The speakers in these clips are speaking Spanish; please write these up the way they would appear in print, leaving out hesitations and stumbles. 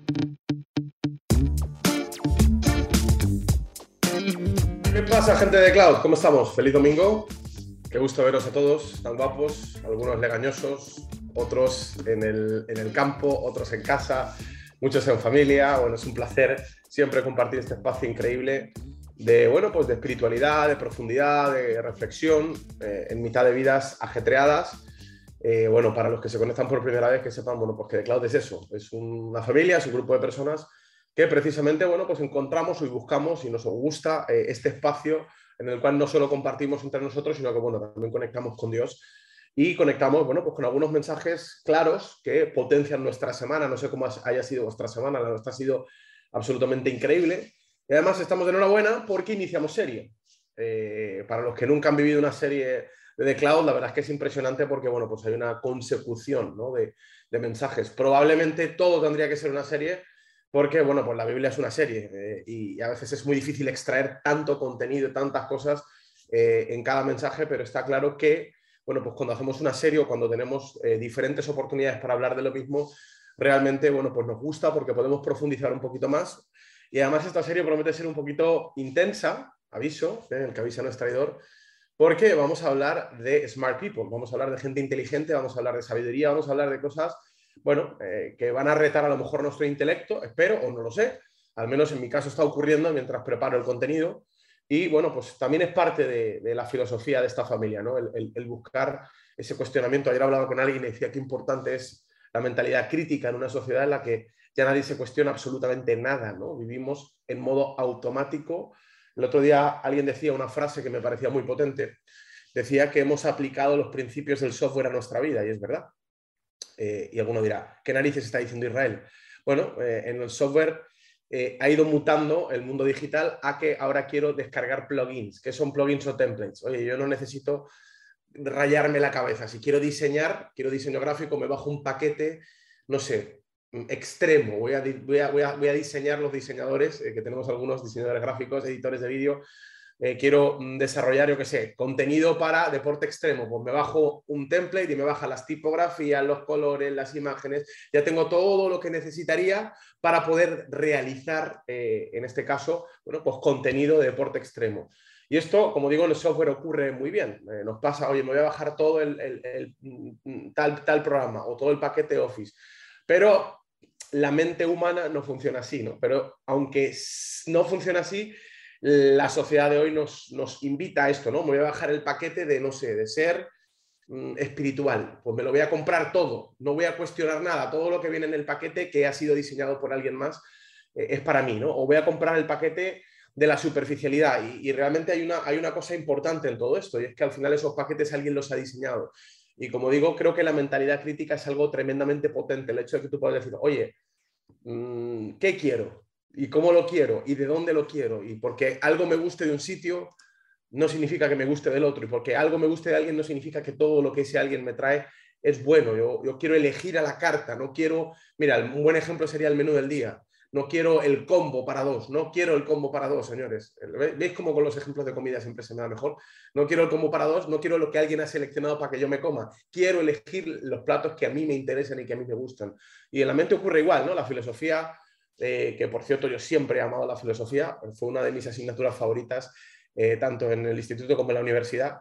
¿Qué pasa, gente de Cloud? ¿Cómo estamos? Feliz domingo. Qué gusto veros a todos, tan guapos, algunos legañosos, otros en el campo, otros en casa, muchos en familia. Bueno, es un placer siempre compartir este espacio increíble de, bueno, pues de espiritualidad, de profundidad, de reflexión, en mitad de vidas ajetreadas. Bueno, para los que se conectan por primera vez, que sepan, bueno, pues que The Cloud es eso, es una familia, es un grupo de personas que precisamente, bueno, pues encontramos y buscamos y nos gusta este espacio en el cual no solo compartimos entre nosotros, sino que, bueno, también conectamos con Dios y conectamos, bueno, pues con algunos mensajes claros que potencian nuestra semana. No sé cómo haya sido vuestra semana, la nuestra ha sido absolutamente increíble. Y además estamos de enhorabuena porque iniciamos serie. Para los que nunca han vivido una serie de The Cloud, la verdad es que es impresionante porque, bueno, pues hay una consecución, ¿no?, de mensajes. Probablemente todo tendría que ser una serie porque, bueno, pues la Biblia es una serie y a veces es muy difícil extraer tanto contenido y tantas cosas en cada mensaje, pero está claro que, bueno, pues cuando hacemos una serie o cuando tenemos diferentes oportunidades para hablar de lo mismo, realmente, bueno, pues nos gusta porque podemos profundizar un poquito más. Y además esta serie promete ser un poquito intensa, aviso, el que avisa no es traidor, porque vamos a hablar de smart people, vamos a hablar de gente inteligente, vamos a hablar de sabiduría, vamos a hablar de cosas, bueno, que van a retar a lo mejor nuestro intelecto, espero, o no lo sé, al menos en mi caso está ocurriendo mientras preparo el contenido. Y bueno, pues también es parte de la filosofía de esta familia, ¿no? El buscar ese cuestionamiento. Ayer hablaba con alguien y decía qué importante es la mentalidad crítica en una sociedad en la que ya nadie se cuestiona absolutamente nada, ¿no? Vivimos en modo automático. El otro día alguien decía una frase que me parecía muy potente. Decía que hemos aplicado los principios del software a nuestra vida, y es verdad. Y alguno dirá, ¿qué narices está diciendo Israel? Bueno, en el software ha ido mutando el mundo digital a que ahora quiero descargar plugins. ¿Qué son plugins o templates? Oye, yo no necesito rayarme la cabeza. Si quiero diseñar, quiero diseño gráfico, me bajo un paquete, no sé, extremo. Voy a diseñar los diseñadores, que tenemos algunos diseñadores gráficos, editores de vídeo. Quiero desarrollar, yo qué sé, contenido para deporte extremo, pues me bajo un template y me baja las tipografías, los colores, las imágenes, ya tengo todo lo que necesitaría para poder realizar, en este caso, bueno, pues contenido de deporte extremo. Y esto, como digo, en el software ocurre muy bien. Nos pasa, oye, me voy a bajar todo tal programa o todo el paquete Office, pero la mente humana no funciona así, ¿no? Pero aunque no funciona así, la sociedad de hoy nos invita a esto, ¿no? Me voy a bajar el paquete de, no sé, de ser espiritual, pues me lo voy a comprar todo, no voy a cuestionar nada, todo lo que viene en el paquete que ha sido diseñado por alguien más es para mí, ¿no? O voy a comprar el paquete de la superficialidad y realmente hay una cosa importante en todo esto y es que al final esos paquetes alguien los ha diseñado. Y como digo, creo que la mentalidad crítica es algo tremendamente potente, el hecho de que tú puedas decir, oye, ¿qué quiero? ¿Y cómo lo quiero? ¿Y de dónde lo quiero? Y porque algo me guste de un sitio no significa que me guste del otro. Y porque algo me guste de alguien no significa que todo lo que ese alguien me trae es bueno. Yo quiero elegir a la carta. No quiero... Mira, un buen ejemplo sería el menú del día. No quiero el combo para dos. No quiero el combo para dos, señores. ¿Veis cómo con los ejemplos de comida siempre se me da mejor? No quiero el combo para dos. No quiero lo que alguien ha seleccionado para que yo me coma. Quiero elegir los platos que a mí me interesan y que a mí me gustan. Y en la mente ocurre igual, ¿no? La filosofía, que por cierto yo siempre he amado la filosofía, fue una de mis asignaturas favoritas, tanto en el instituto como en la universidad,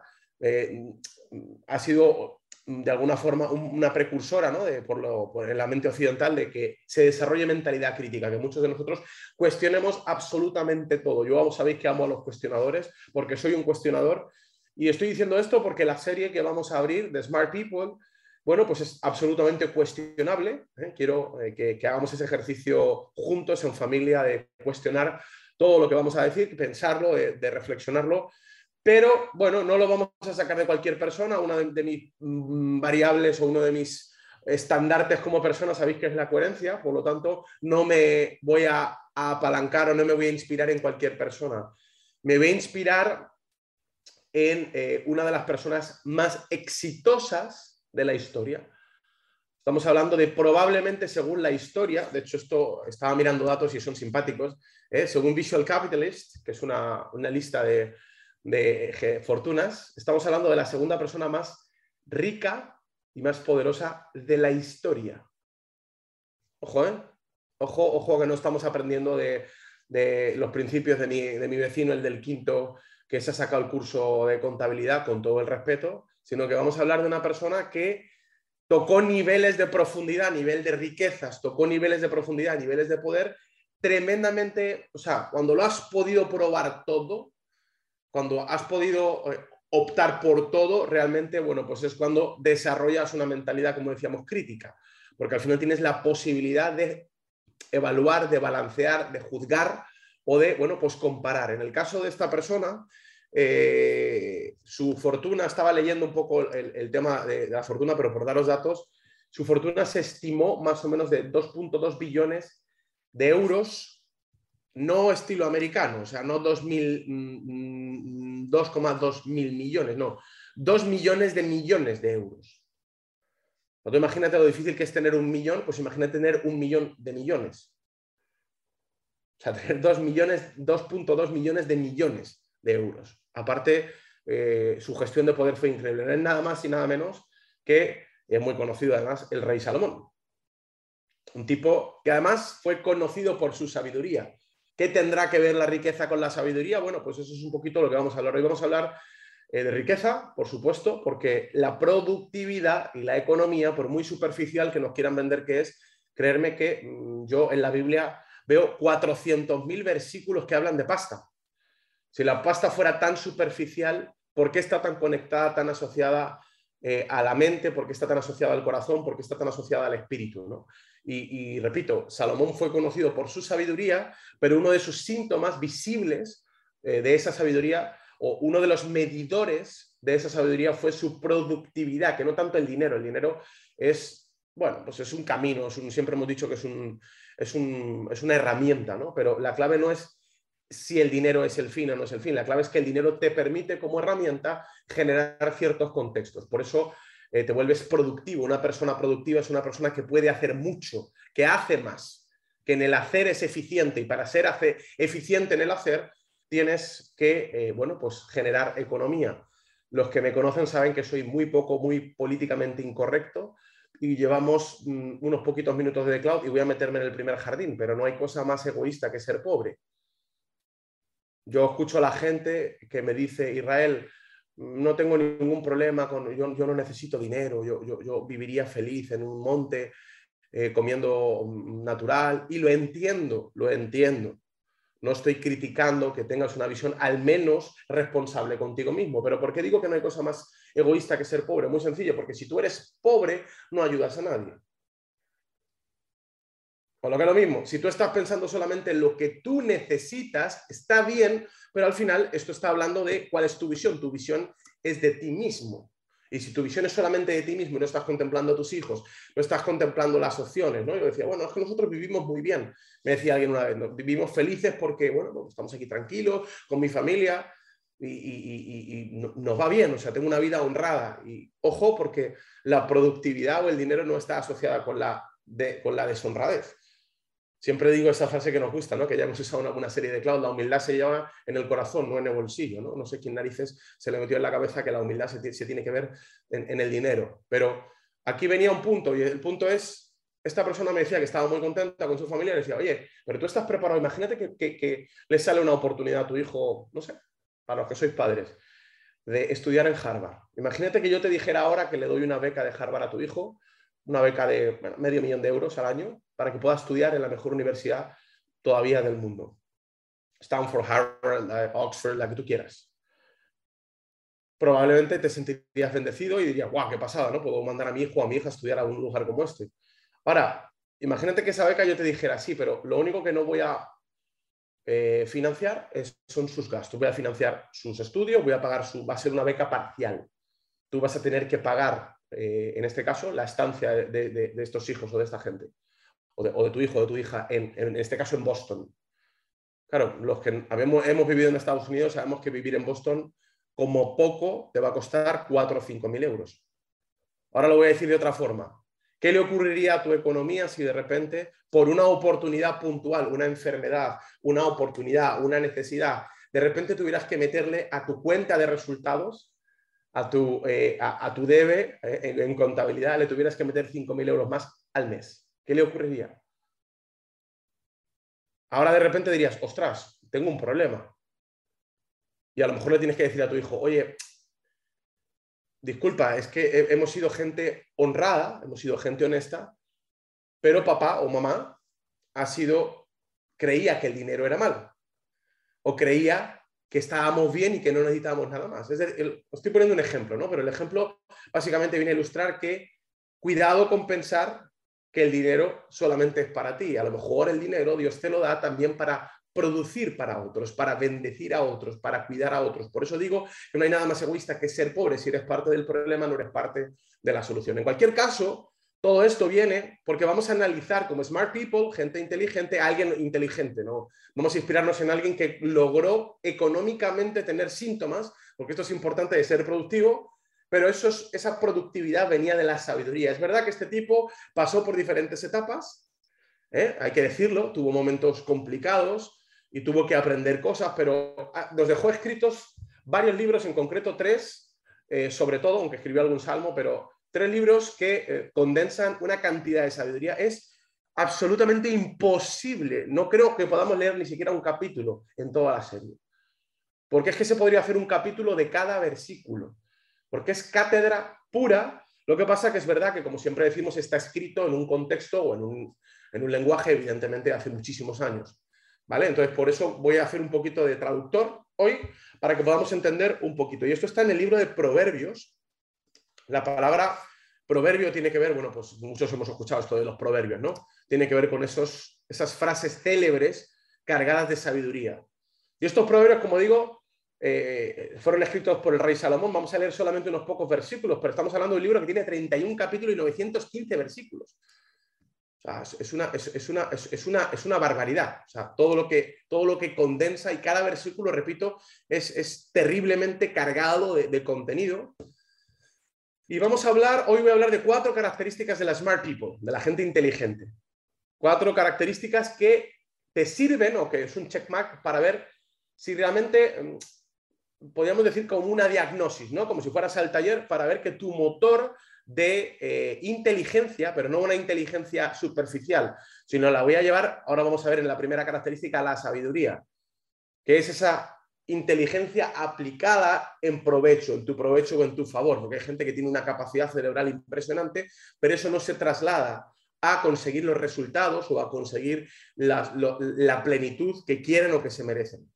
ha sido de alguna forma una precursora, ¿no? En la mente occidental de que se desarrolle mentalidad crítica, que muchos de nosotros cuestionemos absolutamente todo. Yo sabéis que amo a los cuestionadores porque soy un cuestionador y estoy diciendo esto porque la serie que vamos a abrir de Smart People, bueno, pues es absolutamente cuestionable. Quiero que hagamos ese ejercicio juntos, en familia, de cuestionar todo lo que vamos a decir, pensarlo, de reflexionarlo, pero bueno, no lo vamos a sacar de cualquier persona. Una de mis variables o uno de mis estandartes como persona, sabéis que es la coherencia, por lo tanto, no me voy a apalancar o no me voy a inspirar en cualquier persona. Me voy a inspirar en una de las personas más exitosas de la historia. Estamos hablando de probablemente, según la historia, de hecho esto estaba mirando datos y son simpáticos, según Visual Capitalist, que es una lista de fortunas, estamos hablando de la segunda persona más rica y más poderosa de la historia. Ojo, ¿eh? Ojo, ojo que no estamos aprendiendo de los principios de mi vecino, el del quinto, que se ha sacado el curso de contabilidad, con todo el respeto, sino que vamos a hablar de una persona que tocó niveles de profundidad, nivel de riquezas, tocó niveles de profundidad, niveles de poder tremendamente, o sea, cuando lo has podido probar todo, cuando has podido optar por todo, realmente, bueno, pues es cuando desarrollas una mentalidad, como decíamos, crítica, porque al final tienes la posibilidad de evaluar, de balancear, de juzgar o de, bueno, pues comparar. En el caso de esta persona, su fortuna, estaba leyendo un poco el tema de la fortuna, pero por daros datos, su fortuna se estimó más o menos de 2,2 billones de euros, no estilo americano, o sea, no 2,2 mil millones, no, 2 millones de euros. Entonces, imagínate lo difícil que es tener 1 millón, pues imagínate tener 1 millón de millones. O sea, tener 2,2 millones de millones de euros. Aparte, su gestión de poder fue increíble. No es nada más y nada menos que, es muy conocido además, el rey Salomón. Un tipo que además fue conocido por su sabiduría. ¿Qué tendrá que ver la riqueza con la sabiduría? Bueno, pues eso es un poquito lo que vamos a hablar. Hoy vamos a hablar de riqueza, por supuesto, porque la productividad y la economía, por muy superficial que nos quieran vender que es, creerme que yo en la Biblia veo 400.000 versículos que hablan de pasta. Si la pasta fuera tan superficial, ¿por qué está tan conectada, tan asociada a la mente? ¿Por qué está tan asociada al corazón? ¿Por qué está tan asociada al espíritu? ¿No? Y repito, Salomón fue conocido por su sabiduría, pero uno de sus síntomas visibles de esa sabiduría, o uno de los medidores de esa sabiduría, fue su productividad, que no tanto el dinero. El dinero es, bueno, pues es un camino, siempre hemos dicho que es una herramienta, ¿no? Pero la clave no es si el dinero es el fin o no es el fin. La clave es que el dinero te permite como herramienta generar ciertos contextos. Por eso te vuelves productivo. Una persona productiva es una persona que puede hacer mucho, que hace más, que en el hacer es eficiente, y para ser eficiente en el hacer tienes que, bueno, pues generar economía. Los que me conocen saben que soy muy políticamente incorrecto, y llevamos unos poquitos minutos de cloud y voy a meterme en el primer jardín, pero no hay cosa más egoísta que ser pobre. Yo escucho a la gente que me dice: Israel, no tengo ningún problema yo no necesito dinero, yo viviría feliz en un monte comiendo natural, y lo entiendo, lo entiendo. No estoy criticando que tengas una visión al menos responsable contigo mismo, pero ¿por qué digo que no hay cosa más egoísta que ser pobre? Muy sencillo, porque si tú eres pobre no ayudas a nadie. Con lo que es lo mismo, si tú estás pensando solamente en lo que tú necesitas, está bien, pero al final esto está hablando de cuál es tu visión. Tu visión es de ti mismo. Y si tu visión es solamente de ti mismo y no estás contemplando a tus hijos, no estás contemplando las opciones, ¿no? Yo decía, bueno, es que nosotros vivimos muy bien. Me decía alguien una vez, ¿no? Vivimos felices porque, bueno, pues estamos aquí tranquilos, con mi familia, y nos va bien, o sea, tengo una vida honrada. Y ojo, porque la productividad o el dinero no está asociada con la deshonradez. Siempre digo esa frase que nos gusta, ¿no? Que ya hemos usado en alguna serie de cloud: la humildad se lleva en el corazón, no en el bolsillo, ¿no? No sé quién narices se le metió en la cabeza que la humildad se tiene que ver en el dinero. Pero aquí venía un punto, y el punto es, esta persona me decía que estaba muy contenta con su familia, y le decía: oye, pero tú estás preparado, imagínate que le sale una oportunidad a tu hijo, no sé, para los que sois padres, de estudiar en Harvard. Imagínate que yo te dijera ahora que le doy una beca de Harvard a tu hijo, una beca de, bueno, $500,000 al año, para que pueda estudiar en la mejor universidad todavía del mundo. Stanford, Harvard, Oxford, la que tú quieras. Probablemente te sentirías bendecido y dirías: guau, qué pasada, ¿no? Puedo mandar a mi hijo o a mi hija a estudiar a un lugar como este. Ahora, imagínate que esa beca yo te dijera: sí, pero lo único que no voy a financiar son sus gastos. Voy a financiar sus estudios, voy a pagar va a ser una beca parcial. Tú vas a tener que pagar, en este caso, la estancia de estos hijos o de esta gente, o de tu hijo o de tu hija, en este caso en Boston. Claro, los que hemos vivido en Estados Unidos sabemos que vivir en Boston como poco te va a costar 4 o 5 mil euros. Ahora lo voy a decir de otra forma. ¿Qué le ocurriría a tu economía si de repente, por una oportunidad puntual, una enfermedad, una oportunidad, una necesidad, de repente tuvieras que meterle a tu cuenta de resultados, a tu debe en contabilidad, le tuvieras que meter 5.000 euros más al mes? ¿Qué le ocurriría? Ahora de repente dirías, ostras, tengo un problema. Y a lo mejor le tienes que decir a tu hijo, oye, disculpa, es que hemos sido gente honrada, hemos sido gente honesta, pero papá o mamá creía que el dinero era malo, o creía que estábamos bien y que no necesitábamos nada más. Es decir, estoy poniendo un ejemplo, ¿no? Pero el ejemplo básicamente viene a ilustrar que cuidado con pensar que el dinero solamente es para ti. A lo mejor el dinero Dios te lo da también para producir para otros, para bendecir a otros, para cuidar a otros. Por eso digo que no hay nada más egoísta que ser pobre. Si eres parte del problema, no eres parte de la solución. En cualquier caso, todo esto viene porque vamos a analizar como smart people, gente inteligente, alguien inteligente, ¿no? Vamos a inspirarnos en alguien que logró económicamente tener síntomas, porque esto es importante de ser productivo, pero esa productividad venía de la sabiduría. Es verdad que este tipo pasó por diferentes etapas, hay que decirlo, tuvo momentos complicados y tuvo que aprender cosas, pero nos dejó escritos varios libros, en concreto 3, sobre todo, aunque escribió algún salmo, pero 3 libros que condensan una cantidad de sabiduría. Es absolutamente imposible. No creo que podamos leer ni siquiera un capítulo en toda la serie. Porque es que se podría hacer un capítulo de cada versículo. Porque es cátedra pura. Lo que pasa que es verdad que, como siempre decimos, está escrito en un contexto o en un lenguaje, evidentemente, hace muchísimos años. ¿Vale? Entonces, por eso voy a hacer un poquito de traductor hoy para que podamos entender un poquito. Y esto está en el libro de Proverbios. La palabra proverbio tiene que ver, bueno, pues muchos hemos escuchado esto de los proverbios, ¿no? Tiene que ver con esas frases célebres cargadas de sabiduría. Y estos proverbios, como digo, fueron escritos por el rey Salomón. Vamos a leer solamente unos pocos versículos, pero estamos hablando de un libro que tiene 31 capítulos y 915 versículos. O sea, es una barbaridad. O sea, todo lo que condensa y cada versículo, repito, es terriblemente cargado de contenido. Y hoy voy a hablar de 4 características de la smart people, de la gente inteligente. 4 características que te sirven, o que es un checkmark para ver si realmente, podríamos decir como una diagnosis, ¿no? Como si fueras al taller para ver que tu motor de inteligencia, pero no una inteligencia superficial, sino la voy a llevar, ahora vamos a ver en la primera característica, la sabiduría, que es esa inteligencia aplicada en provecho, en tu provecho o en tu favor, porque hay gente que tiene una capacidad cerebral impresionante, pero eso no se traslada a conseguir los resultados o a conseguir la plenitud que quieren o que se merecen.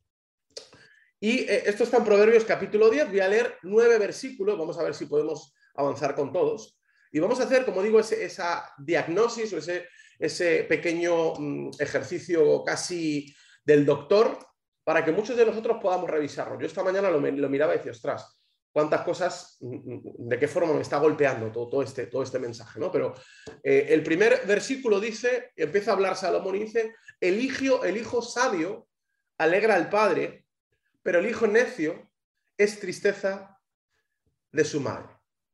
Y esto está en Proverbios capítulo 10, voy a leer 9 versículos, vamos a ver si podemos avanzar con todos, y vamos a hacer, como digo, esa diagnosis o ese pequeño ejercicio casi del doctor, para que muchos de nosotros podamos revisarlo. Yo esta mañana lo miraba y decía, ostras, cuántas cosas, de qué forma me está golpeando todo este mensaje, ¿no? Pero el primer versículo dice, empieza a hablar Salomón y dice, el hijo sabio alegra al padre, pero el hijo necio es tristeza de su madre.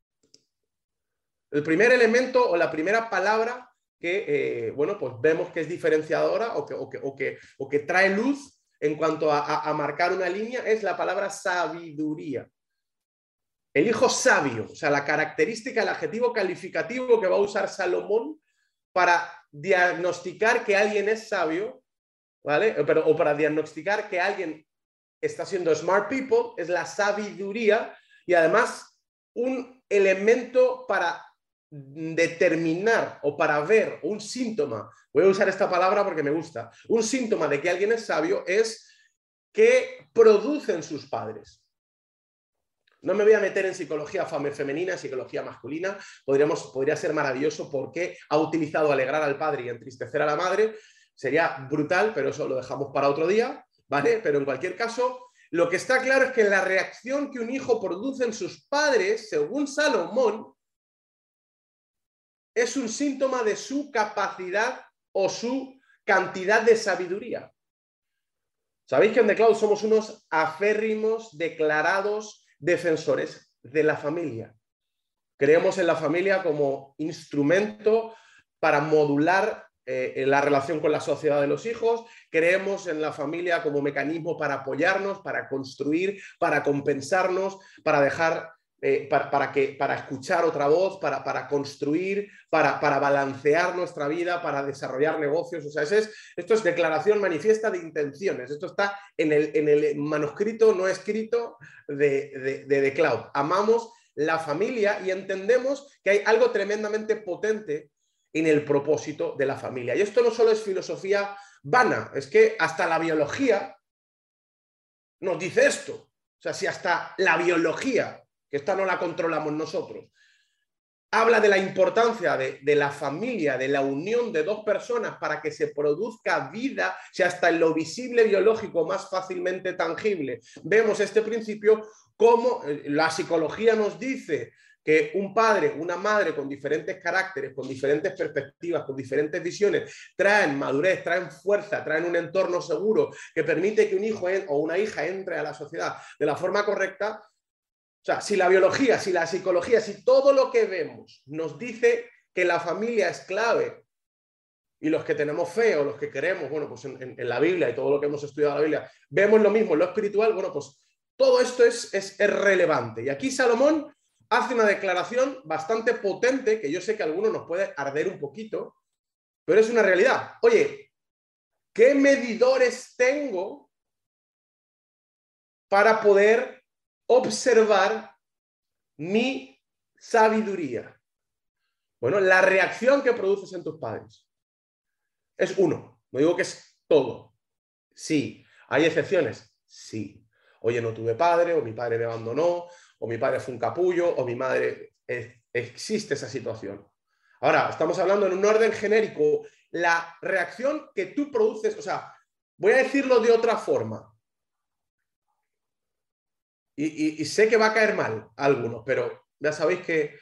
El primer elemento o la primera palabra que, bueno, pues vemos que es diferenciadora o que trae luz en cuanto a marcar una línea es la palabra sabiduría. El hijo sabio, o sea, la característica, el adjetivo calificativo que va a usar Salomón para diagnosticar que alguien es sabio, ¿vale? O para diagnosticar que alguien está siendo smart people, es la sabiduría y además un elemento para determinar o para ver un síntoma, voy a usar esta palabra porque me gusta, un síntoma de que alguien es sabio es que producen sus padres. No me voy a meter en psicología femenina, psicología masculina, podría ser maravilloso porque ha utilizado alegrar al padre y entristecer a la madre, sería brutal, pero eso lo dejamos para otro día, ¿vale? Pero en cualquier caso, lo que está claro es que la reacción que un hijo produce en sus padres, según Salomón, es un síntoma de su capacidad o su cantidad de sabiduría. Sabéis que en The Cloud somos unos aférrimos, declarados defensores de la familia. Creemos en la familia como instrumento para modular la relación con la sociedad de los hijos, creemos en la familia como mecanismo para apoyarnos, para construir, para compensarnos, para dejar para escuchar otra voz, para construir, para balancear nuestra vida, para desarrollar negocios. O sea, esto es declaración manifiesta de intenciones. Esto está en el manuscrito no escrito de The Cloud. Amamos la familia y entendemos que hay algo tremendamente potente en el propósito de la familia. Y esto no solo es filosofía vana, es que hasta la biología nos dice esto. O sea, si hasta la biología, que esta no la controlamos nosotros, habla de la importancia de la familia, de la unión de dos personas para que se produzca vida, si hasta en lo visible biológico más fácilmente tangible vemos este principio, como la psicología nos dice que un padre, una madre con diferentes caracteres, con diferentes perspectivas, con diferentes visiones, traen madurez, traen fuerza, traen un entorno seguro que permite que un hijo o una hija entre a la sociedad de la forma correcta. O sea, si la biología, si la psicología, si todo lo que vemos nos dice que la familia es clave, y los que tenemos fe o los que creemos, bueno, pues en la Biblia y todo lo que hemos estudiado en la Biblia, vemos lo mismo en lo espiritual, bueno, pues todo esto es relevante. Y aquí Salomón hace una declaración bastante potente, que yo sé que a algunos nos puede arder un poquito, pero es una realidad. Oye, ¿qué medidores tengo para poder observar mi sabiduría? Bueno, la reacción que produces en tus padres es uno. No digo que es todo. Sí. ¿Hay excepciones? Sí. Oye, no tuve padre, o mi padre me abandonó, o mi padre fue un capullo, o mi madre... Existe esa situación. Ahora, estamos hablando en un orden genérico. La reacción que tú produces, o sea, voy a decirlo de otra forma. Y sé que va a caer mal a algunos, pero ya sabéis que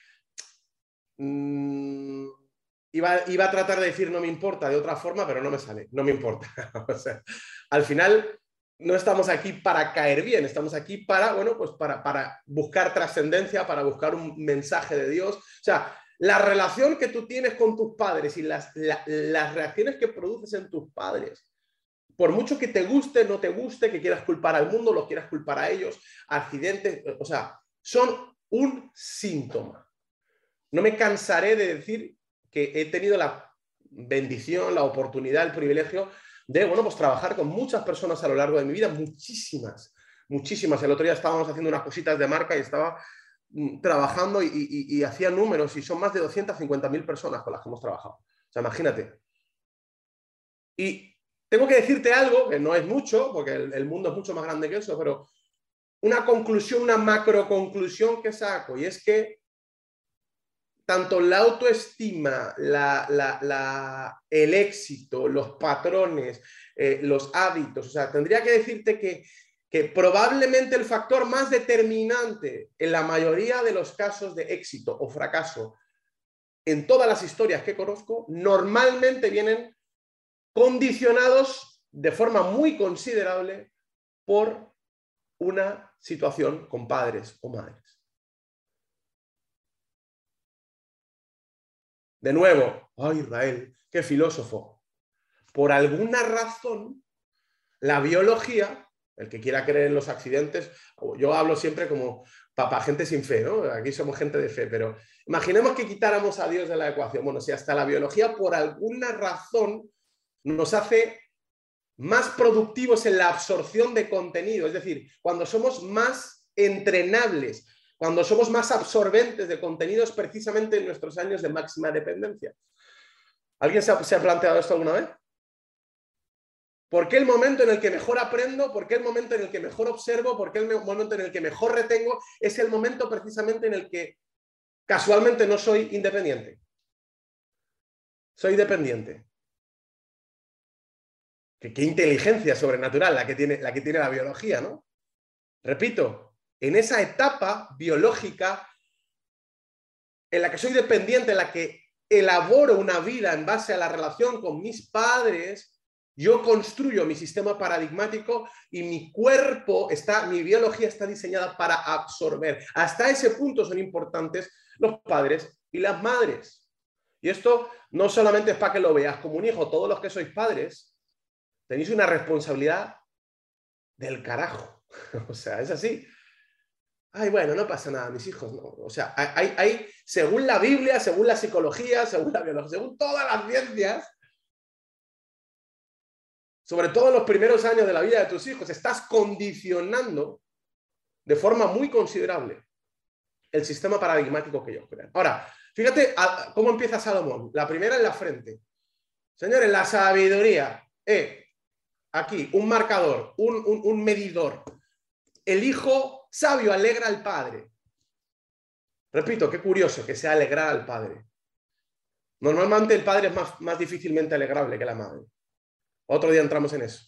iba a tratar de decir no me importa de otra forma, pero no me sale, no me importa. O sea, al final no estamos aquí para caer bien, estamos aquí para, bueno, pues para buscar trascendencia, para buscar un mensaje de Dios. O sea, la relación que tú tienes con tus padres y las reacciones que produces en tus padres, por mucho que te guste, no te guste, que quieras culpar al mundo, los quieras culpar a ellos, accidentes, o sea, son un síntoma. No me cansaré de decir que he tenido la bendición, la oportunidad, el privilegio de, bueno, pues trabajar con muchas personas a lo largo de mi vida, muchísimas, muchísimas. El otro día estábamos haciendo unas cositas de marca y estaba trabajando y hacía números y son más de 250.000 personas con las que hemos trabajado. O sea, imagínate. Y tengo que decirte algo, que no es mucho, porque el mundo es mucho más grande que eso, pero una conclusión, una macro conclusión que saco, y es que tanto la autoestima, el éxito, los patrones, los hábitos, o sea, tendría que decirte que probablemente el factor más determinante en la mayoría de los casos de éxito o fracaso en todas las historias que conozco, normalmente vienen condicionados de forma muy considerable por una situación con padres o madres. De nuevo, ¡ay, Israel! ¡Qué filósofo! Por alguna razón, la biología, el que quiera creer en los accidentes, yo hablo siempre como para gente sin fe, ¿no? Aquí somos gente de fe, pero imaginemos que quitáramos a Dios de la ecuación. Bueno, si hasta la biología por alguna razón nos hace más productivos en la absorción de contenido, es decir, cuando somos más entrenables, cuando somos más absorbentes de contenidos precisamente en nuestros años de máxima dependencia. ¿Alguien se ha planteado esto alguna vez? ¿Por qué el momento en el que mejor aprendo, por qué el momento en el que mejor observo, por qué el momento en el que mejor retengo es el momento precisamente en el que casualmente no soy independiente? Soy dependiente. Qué inteligencia sobrenatural la que tiene la biología, ¿no? Repito, en esa etapa biológica en la que soy dependiente, en la que elaboro una vida en base a la relación con mis padres, yo construyo mi sistema paradigmático y mi cuerpo mi biología está diseñada para absorber. Hasta ese punto son importantes los padres y las madres. Y esto no solamente es para que lo veas como un hijo, todos los que sois padres tenéis una responsabilidad del carajo. O sea, es así. Ay, bueno, no pasa nada, mis hijos no. O sea, hay, según la Biblia, según la psicología, según la biología, según todas las ciencias, sobre todo en los primeros años de la vida de tus hijos, estás condicionando de forma muy considerable el sistema paradigmático que ellos crean. Ahora, fíjate cómo empieza Salomón. La primera en la frente. Señores, la sabiduría. Aquí, un marcador, un medidor. El hijo sabio alegra al padre. Repito, qué curioso que sea alegrar al padre. Normalmente el padre es más difícilmente alegrable que la madre. Otro día entramos en eso.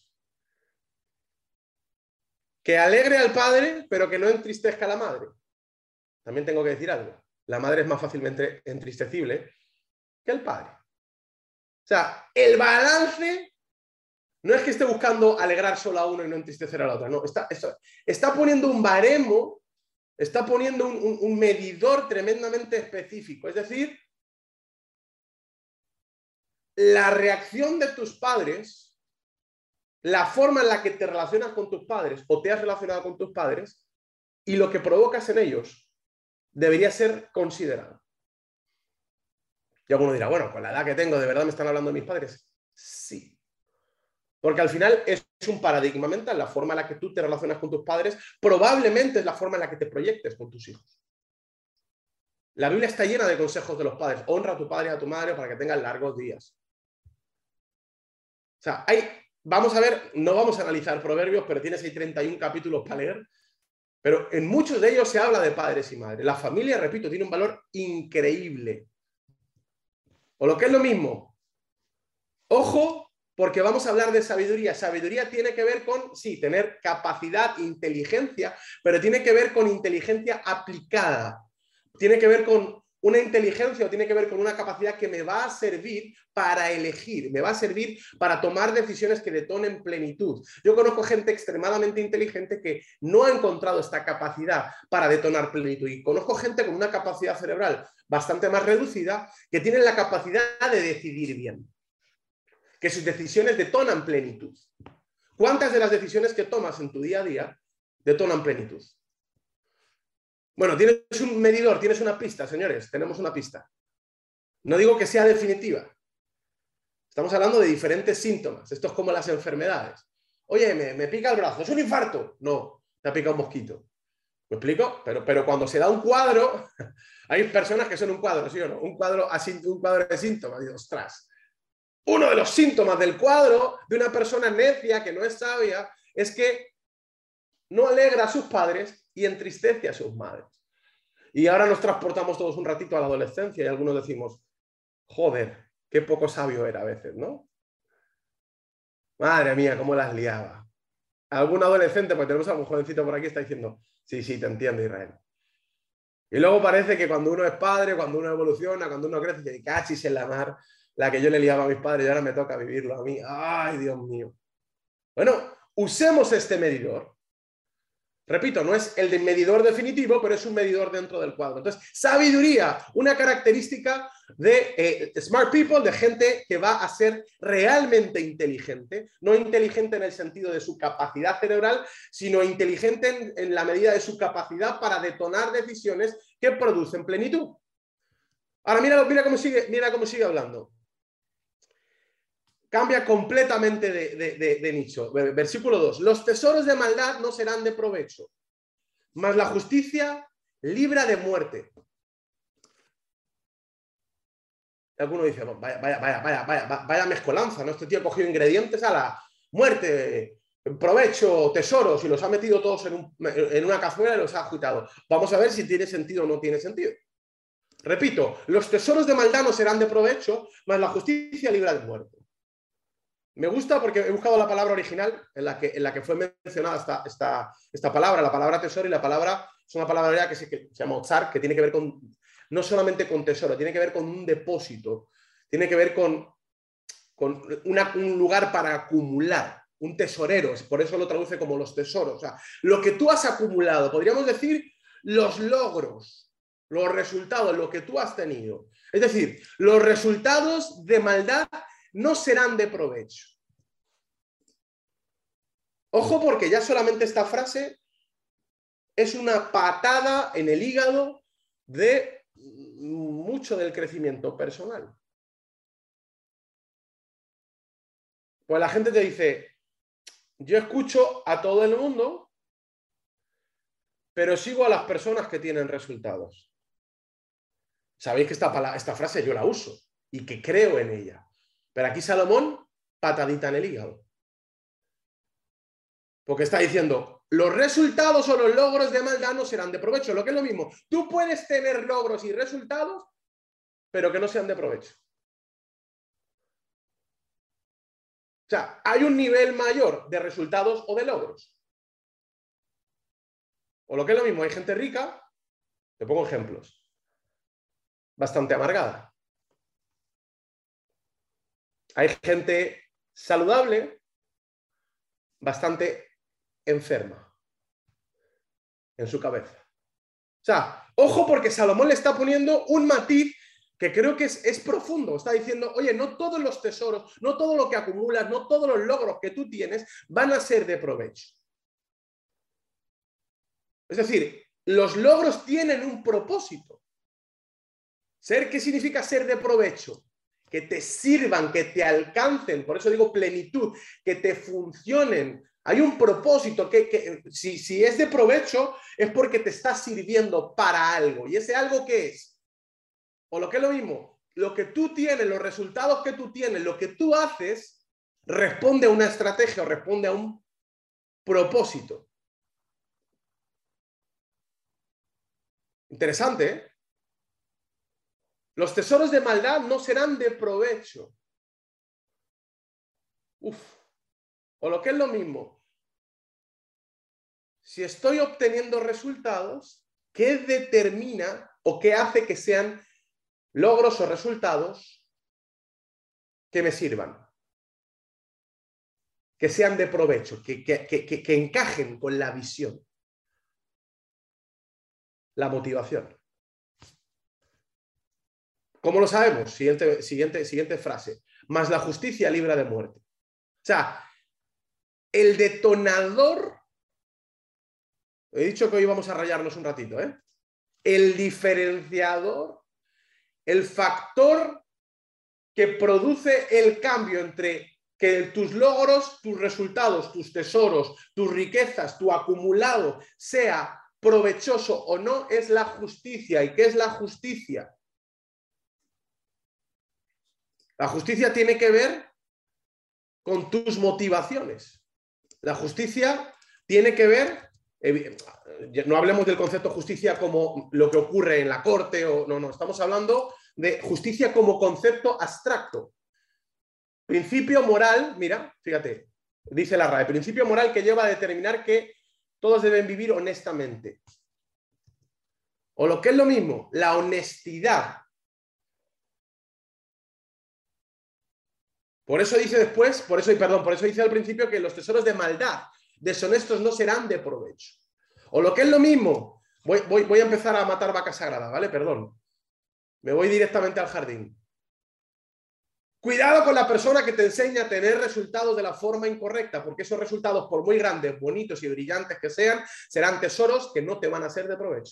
Que alegre al padre, pero que no entristezca a la madre. También tengo que decir algo. La madre es más fácilmente entristecible que el padre. O sea, el balance no es que esté buscando alegrar solo a uno y no entristecer a la otra. No, está poniendo un baremo, está poniendo un medidor tremendamente específico. Es decir, la reacción de tus padres, la forma en la que te relacionas con tus padres o te has relacionado con tus padres y lo que provocas en ellos debería ser considerado. Y alguno dirá, bueno, con la edad que tengo, ¿de verdad me están hablando de mis padres? Sí. Porque al final es un paradigma mental. La forma en la que tú te relacionas con tus padres probablemente es la forma en la que te proyectes con tus hijos. La Biblia está llena de consejos de los padres. Honra a tu padre y a tu madre para que tengan largos días. O sea, vamos a ver, no vamos a analizar Proverbios, pero tienes ahí 31 capítulos para leer. Pero en muchos de ellos se habla de padres y madres. La familia, repito, tiene un valor increíble. O lo que es lo mismo. Ojo, porque vamos a hablar de sabiduría. Sabiduría tiene que ver con, sí, tener capacidad, inteligencia, pero tiene que ver con inteligencia aplicada. Tiene que ver con una inteligencia o tiene que ver con una capacidad que me va a servir para elegir, me va a servir para tomar decisiones que detonen plenitud. Yo conozco gente extremadamente inteligente que no ha encontrado esta capacidad para detonar plenitud y conozco gente con una capacidad cerebral bastante más reducida que tienen la capacidad de decidir bien, que sus decisiones detonan plenitud. ¿Cuántas de las decisiones que tomas en tu día a día detonan plenitud? Bueno, tienes un medidor, tienes una pista, señores, tenemos una pista. No digo que sea definitiva. Estamos hablando de diferentes síntomas. Esto es como las enfermedades. Oye, me pica el brazo, ¿es un infarto? No, te ha picado un mosquito. ¿Me explico? Pero cuando se da un cuadro, hay personas que son un cuadro, ¿sí o no? Un cuadro de síntomas. Y ostras, uno de los síntomas del cuadro de una persona necia que no es sabia es que no alegra a sus padres y entristece a sus madres. Y ahora nos transportamos todos un ratito a la adolescencia y algunos decimos, joder, qué poco sabio era a veces, ¿no? Madre mía, cómo las liaba. Algún adolescente, porque tenemos a algún jovencito por aquí, está diciendo, sí, te entiendo, Israel. Y luego parece que cuando uno es padre, cuando uno evoluciona, cuando uno crece, dice, cachis en la mar, la que yo le liaba a mis padres y ahora me toca vivirlo a mí. Ay, Dios mío. Bueno, usemos este medidor. Repito, no es el medidor definitivo, pero es un medidor dentro del cuadro. Entonces, sabiduría, una característica de smart people, de gente que va a ser realmente inteligente, no inteligente en el sentido de su capacidad cerebral, sino inteligente en la medida de su capacidad para detonar decisiones que producen plenitud. Ahora, mira cómo sigue hablando. Cambia completamente de nicho. Versículo 2. Los tesoros de maldad no serán de provecho, mas la justicia libra de muerte. Alguno dice, vaya mezcolanza, ¿no? Este tío ha cogido ingredientes a la muerte, provecho, tesoros, y los ha metido todos en una cazuela y los ha agitado. Vamos a ver si tiene sentido o no tiene sentido. Repito, los tesoros de maldad no serán de provecho, mas la justicia libra de muerte. Me gusta porque he buscado la palabra original en la que fue mencionada esta palabra, la palabra tesoro, y la palabra es una palabra que se llama otzar, que tiene que ver no solamente con tesoro, tiene que ver con un depósito, tiene que ver con un lugar para acumular, un tesorero, por eso lo traduce como los tesoros. O sea, lo que tú has acumulado, podríamos decir los logros, los resultados, lo que tú has tenido. Es decir, los resultados de maldad no serán de provecho. Ojo, porque ya solamente esta frase es una patada en el hígado de mucho del crecimiento personal. Pues la gente te dice, yo escucho a todo el mundo, pero sigo a las personas que tienen resultados. Sabéis que esta frase yo la uso y que creo en ella. Pero aquí Salomón, patadita en el hígado. Porque está diciendo, los resultados o los logros de maldad no serán de provecho. Lo que es lo mismo, tú puedes tener logros y resultados, pero que no sean de provecho. O sea, hay un nivel mayor de resultados o de logros. O lo que es lo mismo, hay gente rica, te pongo ejemplos, bastante amargada. Hay gente saludable, bastante enferma en su cabeza. O sea, ojo porque Salomón le está poniendo un matiz que creo que es profundo. Está diciendo, oye, no todos los tesoros, no todo lo que acumulas, no todos los logros que tú tienes van a ser de provecho. Es decir, los logros tienen un propósito. ¿Qué significa ser de provecho? Que te sirvan, que te alcancen, por eso digo plenitud, que te funcionen. Hay un propósito que si es de provecho es porque te está sirviendo para algo. ¿Y ese algo qué es? O lo que es lo mismo, lo que tú tienes, los resultados que tú tienes, lo que tú haces, responde a una estrategia o responde a un propósito. Interesante, ¿eh? Los tesoros de maldad no serán de provecho. O lo que es lo mismo, si estoy obteniendo resultados, ¿qué determina o qué hace que sean logros o resultados que me sirvan? Que sean de provecho, que encajen con la visión, la motivación. ¿Cómo lo sabemos? Siguiente frase. Más la justicia libra de muerte. O sea, el detonador, he dicho que hoy vamos a rayarnos un ratito, ¿eh? El diferenciador, el factor que produce el cambio entre que tus logros, tus resultados, tus tesoros, tus riquezas, tu acumulado sea provechoso o no, es la justicia. ¿Y qué es la justicia? La justicia tiene que ver con tus motivaciones. La justicia tiene que ver, no hablemos del concepto justicia como lo que ocurre en la corte, no, estamos hablando de justicia como concepto abstracto. Principio moral, mira, fíjate, dice la RAE, principio moral que lleva a determinar que todos deben vivir honestamente. O lo que es lo mismo, la honestidad. Por eso dice después, por eso dice al principio que los tesoros de maldad, deshonestos, no serán de provecho. O lo que es lo mismo, voy a empezar a matar vacas sagradas, ¿vale? Perdón. Me voy directamente al jardín. Cuidado con la persona que te enseña a tener resultados de la forma incorrecta, porque esos resultados, por muy grandes, bonitos y brillantes que sean, serán tesoros que no te van a ser de provecho.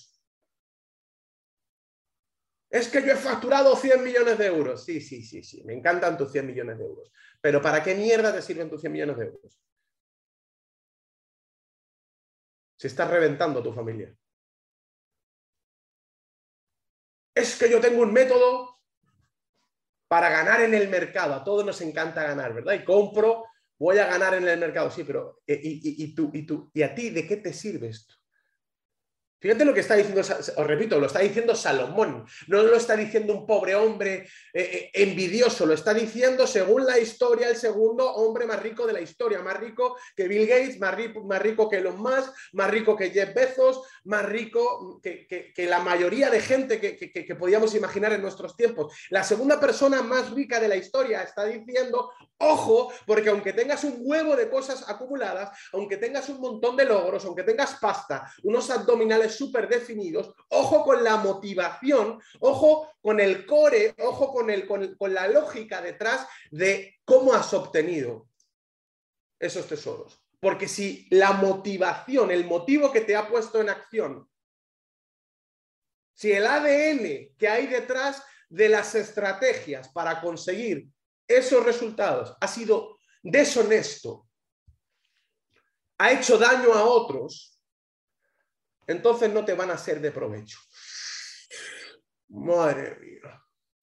Es que yo he facturado 100 millones de euros. Sí, me encantan tus 100 millones de euros. Pero ¿para qué mierda te sirven tus 100 millones de euros? Si estás reventando a tu familia. Es que yo tengo un método para ganar en el mercado. A todos nos encanta ganar, ¿verdad? Y compro, voy a ganar en el mercado. Sí, pero ¿y a ti de qué te sirve esto? Fíjate lo que está diciendo, os repito, lo está diciendo Salomón, no lo está diciendo un pobre hombre envidioso, lo está diciendo según la historia el segundo hombre más rico de la historia, más rico que Bill Gates, más rico que Elon Musk, más rico que Jeff Bezos, más rico que la mayoría de gente que podíamos imaginar en nuestros tiempos. La segunda persona más rica de la historia está diciendo, ojo, porque aunque tengas un huevo de cosas acumuladas, aunque tengas un montón de logros, aunque tengas pasta, unos abdominales súper definidos, ojo con la motivación, ojo con el core, ojo con la lógica detrás de cómo has obtenido esos tesoros. Porque si la motivación, el motivo que te ha puesto en acción, si el ADN que hay detrás de las estrategias para conseguir esos resultados ha sido deshonesto, ha hecho daño a otros, entonces no te van a ser de provecho. Madre mía.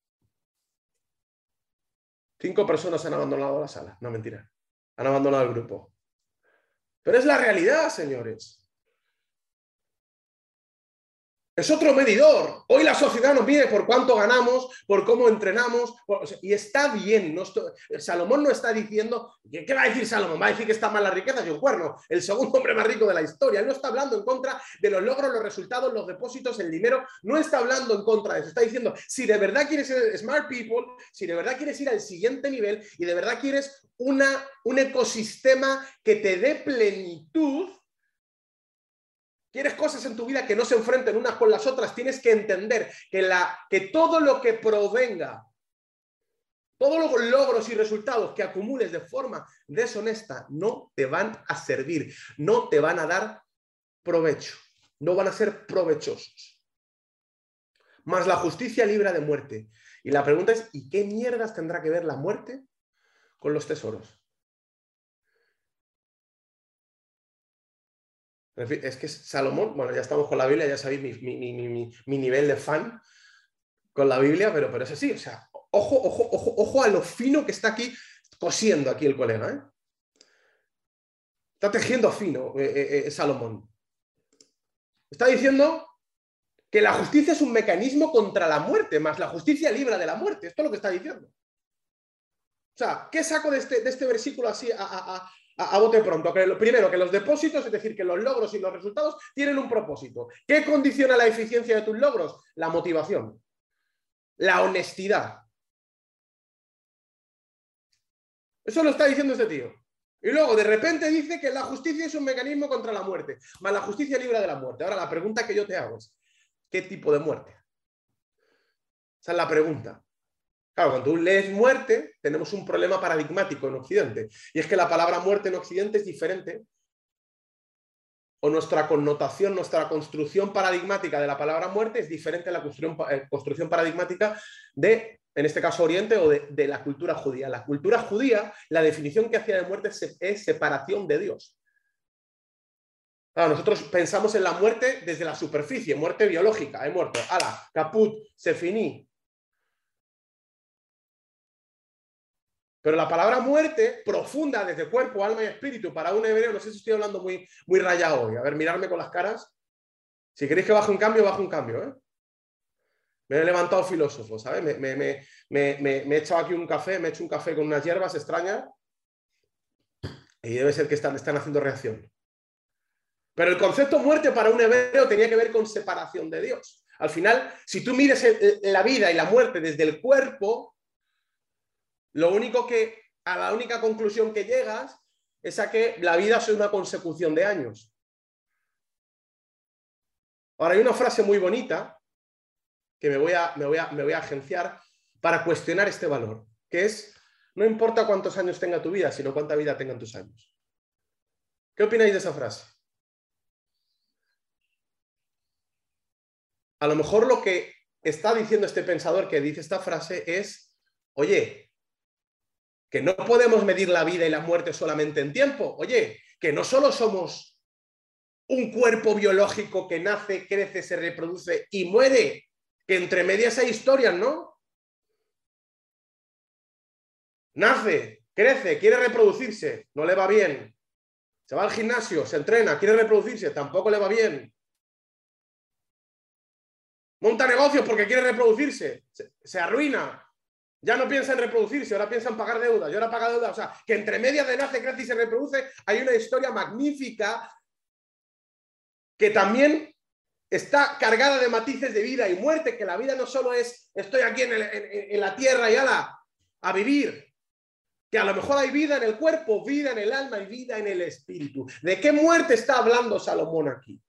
5 personas han abandonado la sala. No, mentira. Han abandonado el grupo. Pero es la realidad, señores. Es otro medidor. Hoy la sociedad nos mide por cuánto ganamos, por cómo entrenamos, y está bien. Salomón no está diciendo, ¿qué va a decir Salomón? Va a decir que está mal la riqueza y un cuerno, el segundo hombre más rico de la historia. Él no está hablando en contra de los logros, los resultados, los depósitos, el dinero. No está hablando en contra de eso. Está diciendo, si de verdad quieres ser smart people, si de verdad quieres ir al siguiente nivel y de verdad quieres un ecosistema que te dé plenitud, quieres cosas en tu vida que no se enfrenten unas con las otras, tienes que entender que todo lo que provenga, todos los logros y resultados que acumules de forma deshonesta no te van a servir, no te van a dar provecho, no van a ser provechosos. Más la justicia libra de muerte. Y la pregunta es, ¿y qué mierdas tendrá que ver la muerte con los tesoros? En fin, es que Salomón, bueno, ya estamos con la Biblia, ya sabéis mi nivel de fan con la Biblia, pero es así, o sea, ojo a lo fino que está aquí cosiendo aquí el colega, ¿eh? Está tejiendo fino Salomón. Está diciendo que la justicia es un mecanismo contra la muerte, más la justicia libra de la muerte. Esto es lo que está diciendo. O sea, ¿qué saco de este versículo así a bote pronto? Primero, que los depósitos, es decir, que los logros y los resultados tienen un propósito. ¿Qué condiciona la eficiencia de tus logros? La motivación, la honestidad. Eso lo está diciendo este tío. Y luego, de repente, dice que la justicia es un mecanismo contra la muerte, más la justicia libra de la muerte. Ahora, la pregunta que yo te hago es, ¿qué tipo de muerte? Esa es la pregunta. Claro, cuando tú lees muerte, tenemos un problema paradigmático en Occidente. Y es que la palabra muerte en Occidente es diferente, o nuestra connotación, nuestra construcción paradigmática de la palabra muerte es diferente a la construcción paradigmática de, en este caso, Oriente o de la cultura judía. La cultura judía, la definición que hacía de muerte es separación de Dios. Claro, nosotros pensamos en la muerte desde la superficie, muerte biológica, he muerto, ala, caput, se finí. Pero la palabra muerte, profunda desde cuerpo, alma y espíritu, para un hebreo, no sé si estoy hablando muy rayado hoy. A ver, mirarme con las caras. Si queréis que baje un cambio, bajo un cambio, ¿eh? Me he levantado filósofo, ¿sabes? Me he echado aquí un café, me he hecho un café con unas hierbas extrañas y debe ser que están haciendo reacción. Pero el concepto muerte para un hebreo tenía que ver con separación de Dios. Al final, si tú mires la vida y la muerte desde el cuerpo, la única conclusión que llegas es a que la vida es una consecución de años. Ahora, hay una frase muy bonita que me voy a agenciar para cuestionar este valor, que es, no importa cuántos años tenga tu vida, sino cuánta vida tengan tus años. ¿Qué opináis de esa frase? A lo mejor lo que está diciendo este pensador que dice esta frase es, oye, que no podemos medir la vida y la muerte solamente en tiempo. Oye, que no solo somos un cuerpo biológico que nace, crece, se reproduce y muere, que entre medias hay historias, ¿no? Nace, crece, quiere reproducirse, no le va bien. Se va al gimnasio, se entrena, quiere reproducirse, tampoco le va bien. Monta negocios porque quiere reproducirse, se arruina. Ya no piensa en reproducirse, ahora piensa en pagar deuda, y ahora paga deuda. O sea, que entre medias de nace, crece y se reproduce hay una historia magnífica que también está cargada de matices de vida y muerte, que la vida no solo es estoy aquí en la tierra y ala, a vivir, que a lo mejor hay vida en el cuerpo, vida en el alma y vida en el espíritu. ¿De qué muerte está hablando Salomón aquí?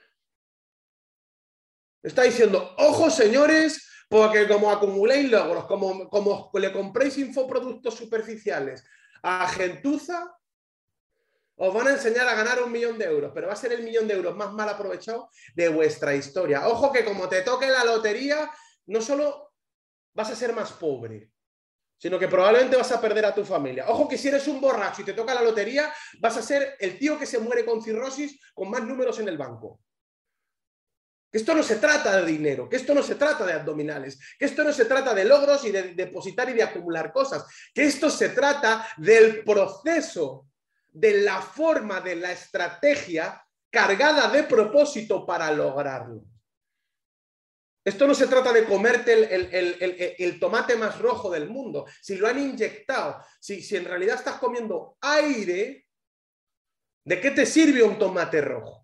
Está diciendo, ojo señores, porque como acumuléis logros, como le compréis infoproductos superficiales a gentuza, Os van a enseñar a ganar 1.000.000 de euros, pero va a ser el 1.000.000 de euros más mal aprovechado de vuestra historia. Ojo que como te toque la lotería, no solo vas a ser más pobre, sino que probablemente vas a perder a tu familia. Ojo que si eres un borracho y te toca la lotería, vas a ser el tío que se muere con cirrosis con más números en el banco. Que esto no se trata de dinero, que esto no se trata de abdominales, que esto no se trata de logros y de depositar y de acumular cosas, que esto se trata del proceso, de la forma, de la estrategia cargada de propósito para lograrlo. Esto no se trata de comerte el tomate más rojo del mundo. Si lo han inyectado, si en realidad estás comiendo aire, ¿de qué te sirve un tomate rojo?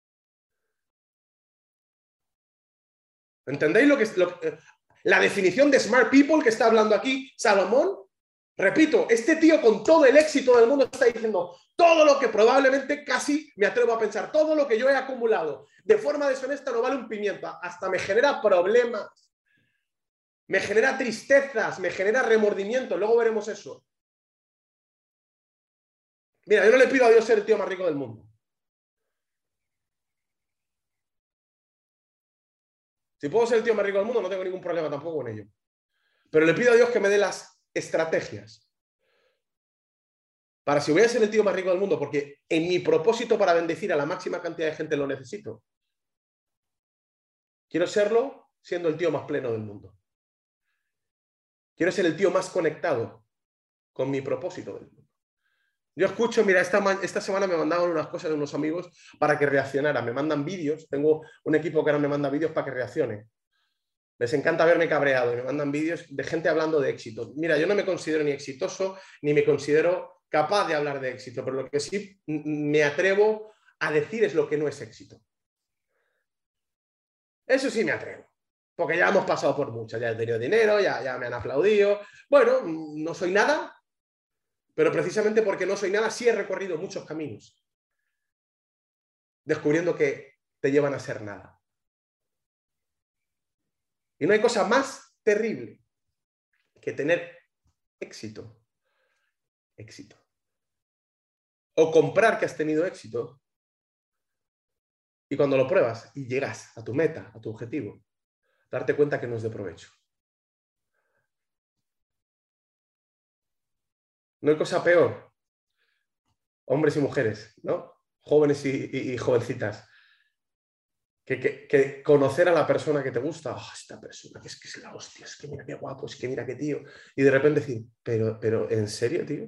¿Entendéis la definición de smart people que está hablando aquí Salomón? Repito, este tío con todo el éxito del mundo está diciendo todo lo que probablemente casi me atrevo a pensar, todo lo que yo he acumulado de forma deshonesta no vale un pimiento, hasta me genera problemas, me genera tristezas, me genera remordimiento, luego veremos eso. Mira, yo no le pido a Dios ser el tío más rico del mundo. Si puedo ser el tío más rico del mundo, no tengo ningún problema tampoco con ello. Pero le pido a Dios que me dé las estrategias para si voy a ser el tío más rico del mundo, porque en mi propósito para bendecir a la máxima cantidad de gente lo necesito. Quiero serlo siendo el tío más pleno del mundo. Quiero ser el tío más conectado con mi propósito del mundo. Yo escucho, mira, esta semana me mandaban unas cosas de unos amigos para que reaccionara. Me mandan vídeos. Tengo un equipo que ahora me manda vídeos para que reaccione. Les encanta verme cabreado y me mandan vídeos de gente hablando de éxito. Mira, yo no me considero ni exitoso ni me considero capaz de hablar de éxito, pero lo que sí me atrevo a decir es lo que no es éxito. Eso sí me atrevo, porque ya hemos pasado por muchas. Ya he tenido dinero, ya me han aplaudido. Bueno, no soy nada. Pero precisamente porque no soy nada, sí he recorrido muchos caminos, descubriendo que te llevan a ser nada. Y no hay cosa más terrible que tener éxito. Éxito. O comprar que has tenido éxito y cuando lo pruebas y llegas a tu meta, a tu objetivo, darte cuenta que no es de provecho. No hay cosa peor, hombres y mujeres, ¿no? Jóvenes y jovencitas, que conocer a la persona que te gusta, oh, esta persona, que es la hostia, es que mira qué guapo, es que mira qué tío, y de repente decir, pero ¿en serio, tío?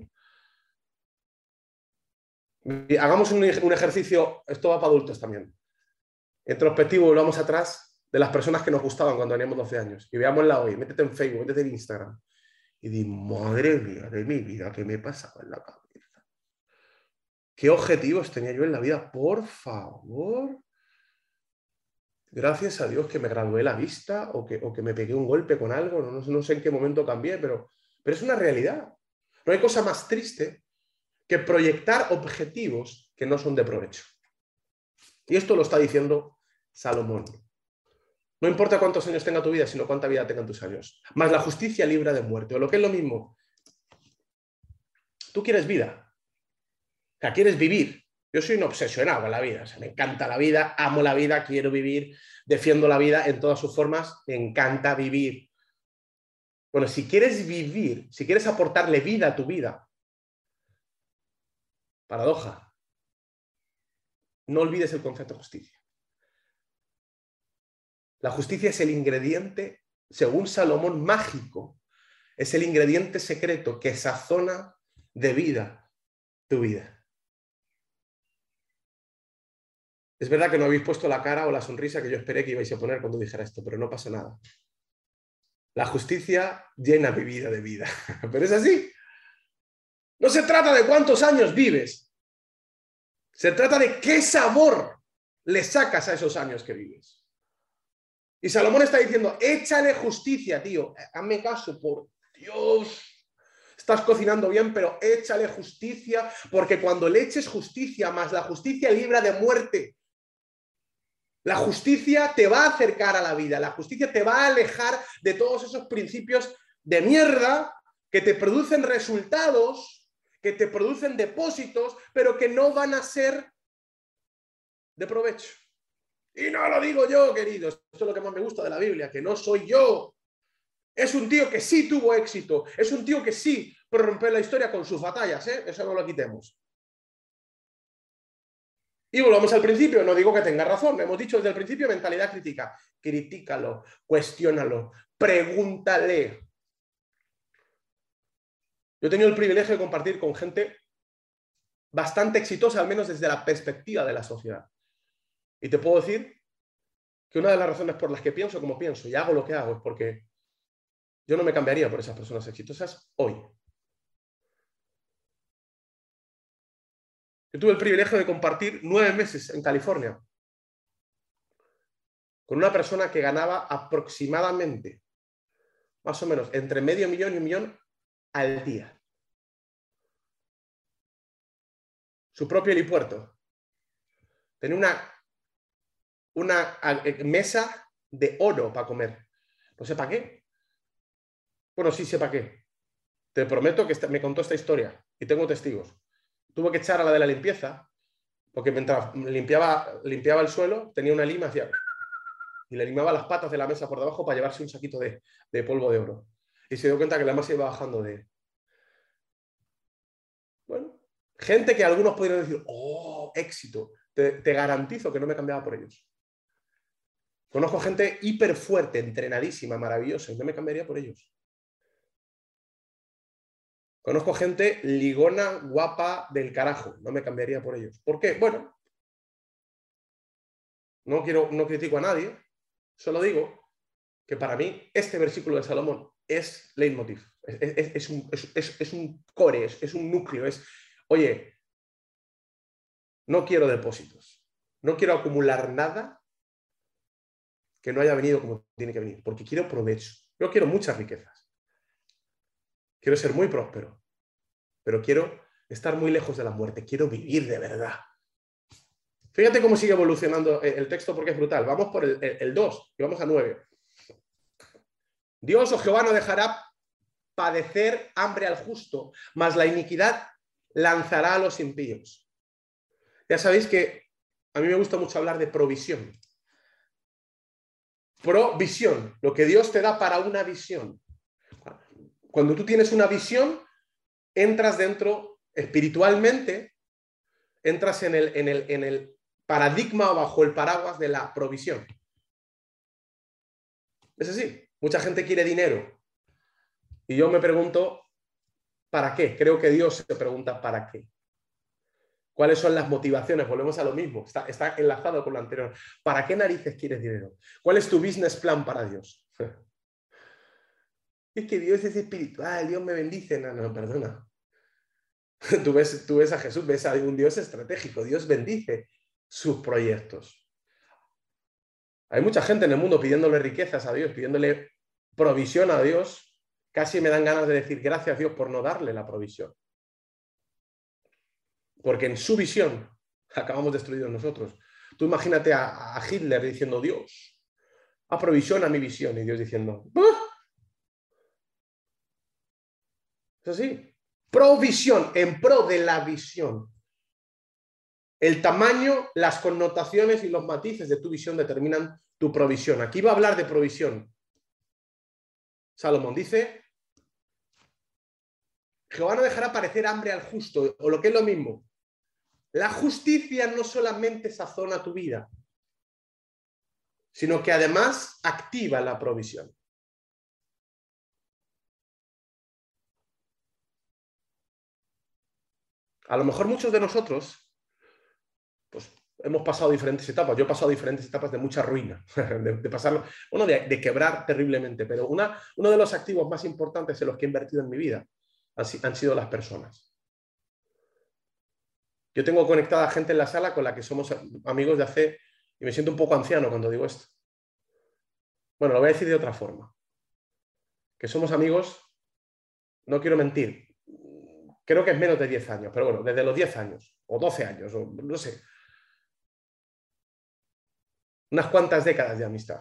Y hagamos un ejercicio, esto va para adultos también, introspectivo, volvamos atrás de las personas que nos gustaban cuando teníamos 12 años, y veámosla hoy, métete en Facebook, métete en Instagram, y di, madre mía de mi vida, ¿qué me pasaba en la cabeza? ¿Qué objetivos tenía yo en la vida? Por favor. Gracias a Dios que me gradué la vista o que me pegué un golpe con algo, no sé en qué momento cambié, pero es una realidad. No hay cosa más triste que proyectar objetivos que no son de provecho. Y esto lo está diciendo Salomón. No importa cuántos años tenga tu vida, sino cuánta vida tengan tus años. Más la justicia libra de muerte, o lo que es lo mismo. Tú quieres vida, o sea, quieres vivir. Yo soy un obsesionado con la vida, o sea, me encanta la vida, amo la vida, quiero vivir, defiendo la vida en todas sus formas, me encanta vivir. Bueno, si quieres vivir, si quieres aportarle vida a tu vida, paradoja, no olvides el concepto de justicia. La justicia es el ingrediente, según Salomón, mágico, es el ingrediente secreto que sazona de vida tu vida. Es verdad que no habéis puesto la cara o la sonrisa que yo esperé que ibais a poner cuando dijera esto, pero no pasa nada. La justicia llena mi vida de vida. Pero es así. No se trata de cuántos años vives. Se trata de qué sabor le sacas a esos años que vives. Y Salomón está diciendo, échale justicia, tío. Hazme caso, por Dios. Estás cocinando bien, pero échale justicia, porque cuando le eches justicia, más la justicia libra de muerte. La justicia te va a acercar a la vida, la justicia te va a alejar de todos esos principios de mierda que te producen resultados que te producen depósitos, pero que no van a ser de provecho. Y no lo digo yo, queridos. Esto es lo que más me gusta de la Biblia, que no soy yo. Es un tío que sí tuvo éxito. Es un tío que sí prorrumpió la historia con sus batallas, ¿eh? Eso no lo quitemos. Y volvamos al principio. No digo que tenga razón. Hemos dicho desde el principio mentalidad crítica. Critícalo, cuestiónalo, pregúntale. Yo he tenido el privilegio de compartir con gente bastante exitosa, al menos desde la perspectiva de la sociedad. Y te puedo decir que una de las razones por las que pienso como pienso y hago lo que hago es porque yo no me cambiaría por esas personas exitosas hoy. Yo tuve el privilegio de compartir 9 meses en California con una persona que ganaba aproximadamente, más o menos, entre medio millón y 1.000.000 al día. Su propio helipuerto. Tenía una mesa de oro para comer. No sé para qué. Bueno, sí sé para qué. Te prometo que me contó esta historia y tengo testigos. Tuvo que echar a la de la limpieza porque mientras limpiaba el suelo tenía una lima y le limaba las patas de la mesa por debajo para llevarse un saquito de polvo de oro. Y se dio cuenta que la masa iba bajando de... Bueno, gente que algunos podrían decir, oh, éxito. Te garantizo que no me cambiaba por ellos. Conozco gente hiper fuerte, entrenadísima, maravillosa, y no me cambiaría por ellos. Conozco gente ligona, guapa, del carajo, no me cambiaría por ellos. ¿Por qué? Bueno, no critico a nadie, solo digo que para mí este versículo de Salomón es leitmotiv, es un core, es un núcleo, oye, no quiero depósitos, no quiero acumular nada que no haya venido como tiene que venir, porque quiero provecho. Yo quiero muchas riquezas, quiero ser muy próspero, pero quiero estar muy lejos de la muerte, quiero vivir de verdad. Fíjate cómo sigue evolucionando el texto porque es brutal. Vamos por el 2 y vamos a 9. Dios o Jehová no dejará padecer hambre al justo, mas la iniquidad lanzará a los impíos. Ya sabéis que a mí me gusta mucho hablar de provisión. Provisión, lo que Dios te da para una visión. Cuando tú tienes una visión, entras dentro espiritualmente, entras en el paradigma o bajo el paraguas de la provisión. Es así. Mucha gente quiere dinero. Y yo me pregunto, ¿para qué? Creo que Dios se pregunta ¿para qué? ¿Cuáles son las motivaciones? Volvemos a lo mismo. Está enlazado con lo anterior. ¿Para qué narices quieres dinero? ¿Cuál es tu business plan para Dios? Es que Dios es espiritual, Dios me bendice. No, perdona. Tú ves a Jesús, ves a un Dios estratégico. Dios bendice sus proyectos. Hay mucha gente en el mundo pidiéndole riquezas a Dios, pidiéndole provisión a Dios. Casi me dan ganas de decir gracias a Dios por no darle la provisión. Porque en su visión acabamos destruidos nosotros. Tú imagínate a Hitler diciendo, Dios, aprovisiona mi visión. Y Dios diciendo, ¡ah! Es así. Provisión, en pro de la visión. El tamaño, las connotaciones y los matices de tu visión determinan tu provisión. Aquí va a hablar de provisión. Salomón dice, Jehová no dejará padecer hambre al justo, o lo que es lo mismo. La justicia no solamente sazona tu vida, sino que además activa la provisión. A lo mejor muchos de nosotros pues, hemos pasado diferentes etapas. Yo he pasado diferentes etapas de mucha ruina, de pasarlo, bueno, de quebrar terriblemente, pero uno de los activos más importantes en los que he invertido en mi vida han sido las personas. Yo tengo conectada gente en la sala con la que somos amigos de hace, y me siento un poco anciano cuando digo esto. Bueno, lo voy a decir de otra forma. Que somos amigos, no quiero mentir, creo que es menos de 10 años, pero bueno, desde los 10 años, o 12 años, o no sé. Unas cuantas décadas de amistad.